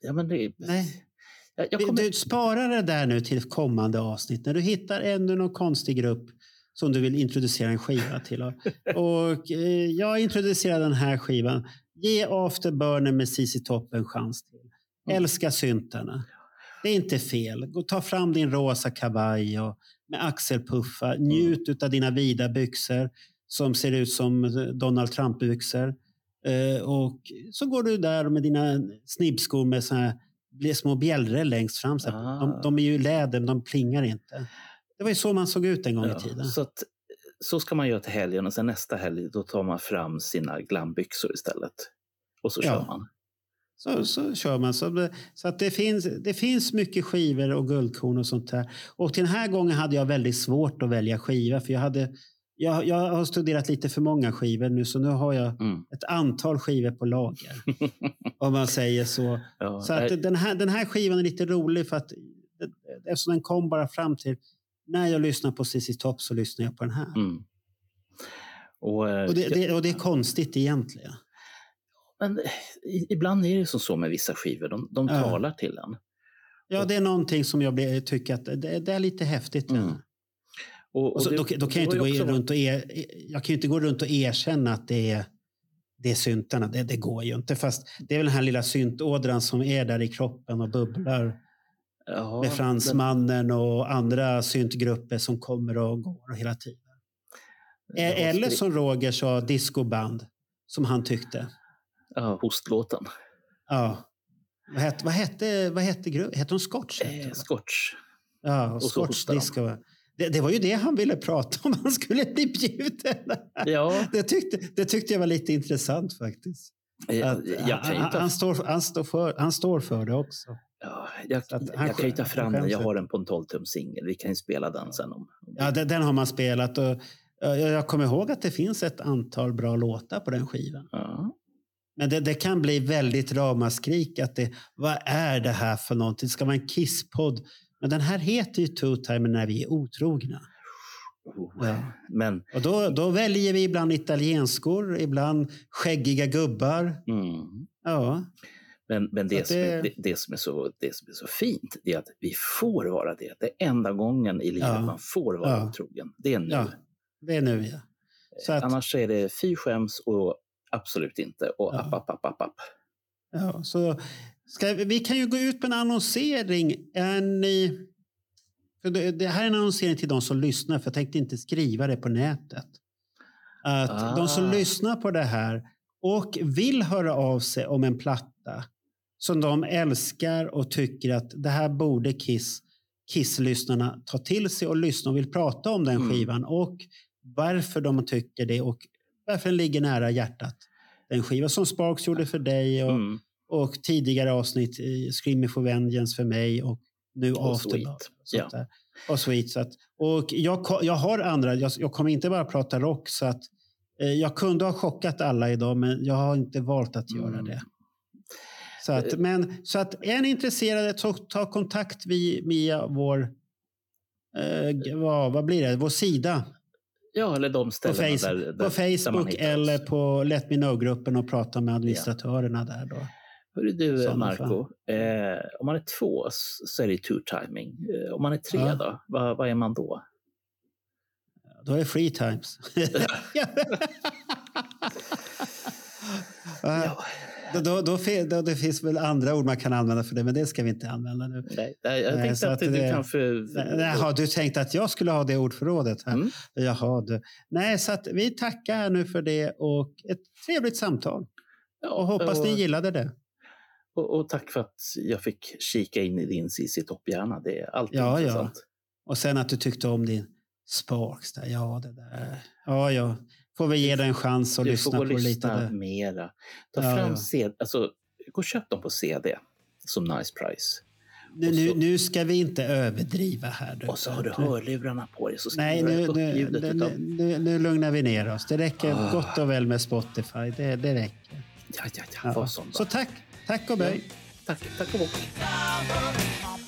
Ja, men det är... Nej. Jag kommer... Du sparar det där nu till kommande avsnitt. När du hittar ännu någon konstig grupp som du vill introducera en skiva till. Och jag introducerar den här skivan. Ge Afterburner med ZZ Top en chans till. Älska syntarna. Det är inte fel. Ta fram din rosa kavaj och med axelpuffar. Njut av dina vida byxor som ser ut som Donald Trump-byxor. Och så går du där med dina snibbskor med såna här små bjällror längst fram. De är ju läder, men de plingar inte. Det var ju så man såg ut en gång i tiden. Så ska man göra till helgen och sen nästa helg då tar man fram sina glambyxor istället. Och så kör man. Så kör man. Så att det finns mycket skivor och guldkorn och sånt där. Och till den här gången hade jag väldigt svårt att välja skiva. För jag har studerat lite för många skivor nu. Så nu har jag ett antal skivor på lager. Om man säger så. Ja, så att den här skivan är lite rolig för att eftersom den kom bara fram till när jag lyssnar på ZZ Top så lyssnar jag på den här. Och det är konstigt egentligen. Men ibland är det så med vissa skivor. De talar till en. Ja, det är någonting som jag tycker att det är lite häftigt. Då kan jag inte gå runt och jag kan ju inte gå runt och erkänna att det är syntarna. Det går ju inte. Fast det är väl den här lilla syntådran som är där i kroppen och bubblar. Ja, med Fransmannen och andra syntgrupper som kommer och går hela tiden. Eller som Roger sa, discoband som han tyckte. Ja, hostlåten. Ja. Vad hette gruppen? Hette de Scotch? Scotch. Ja, och Scotch disco. Det var ju det han ville prata om. Han skulle bli bjuden. Ja. Det tyckte jag var lite intressant faktiskt. Han står för det också. Ja, jag kan ju ta fram den. Jag har den på en 12-tum singel. Vi kan ju spela den sen. Ja, den har man spelat. Och jag kommer ihåg att det finns ett antal bra låtar på den skivan. Ja. Men det kan bli väldigt ramaskrik. Vad är det här för någonting? Ska vara en kisspodd? Men den här heter ju Two Time när vi är otrogna. Och då väljer vi ibland italienskor, ibland skäggiga gubbar. Ja. Men det som är så fint är att vi får vara det. Det är enda gången i livet man får vara otrogen. Det är nu. Ja, det är nu, ja. Så annars är det fy skäms och absolut inte. Och app. Ja, så vi kan ju gå ut på en annonsering. Det här är en annonsering till de som lyssnar. För jag tänkte inte skriva det på nätet. Att de som lyssnar på det här och vill höra av sig om en platta som de älskar och tycker att det här borde Kiss-lyssnarna ta till sig och lyssna och vill prata om den skivan och varför de tycker det och varför den ligger nära hjärtat. Den skiva som Sparks gjorde för dig och tidigare avsnitt i Screaming for Vengeance för mig och nu Afterburner. Ja. Och Sweet. Och jag har andra, jag kommer inte bara prata rock så att jag kunde ha chockat alla idag men jag har inte valt att göra det. Så att är ni intresserade ta kontakt via vår vad blir det? Vår sida. Ja, eller de ställena på Facebook eller på Let Me Know-gruppen och prata med administratörerna där då. Hörru du, Marco, om man är 2 så är det two-timing. Om man är 3 då, vad är man då? Då är det free times. Det finns väl andra ord man kan använda för det, men det ska vi inte använda nu. Nej, jag tänkte att du kanske... Jaha, du tänkte att jag skulle ha det ordförrådet här. Jaha, du. Nej, så att vi tackar nu för det och ett trevligt samtal. Och hoppas ni gillade det. Och tack för att jag fick kika in i din ZZ Top-hjärna. Det är alltid intressant. Ja. Och sen att du tyckte om din Sparks där. Ja, det där. Ja. Får vi ge dig en chans att lyssna på lite. Du får lyssna mera. Ta fram CD. Alltså, gå och köp dem på CD. Som nice price. Nu ska vi inte överdriva här. Och så har du hörlurarna på dig. Så ska nu lugnar vi ner oss. Det räcker gott och väl med Spotify. Det räcker. Ja. Så tack och böj. Tack och bock.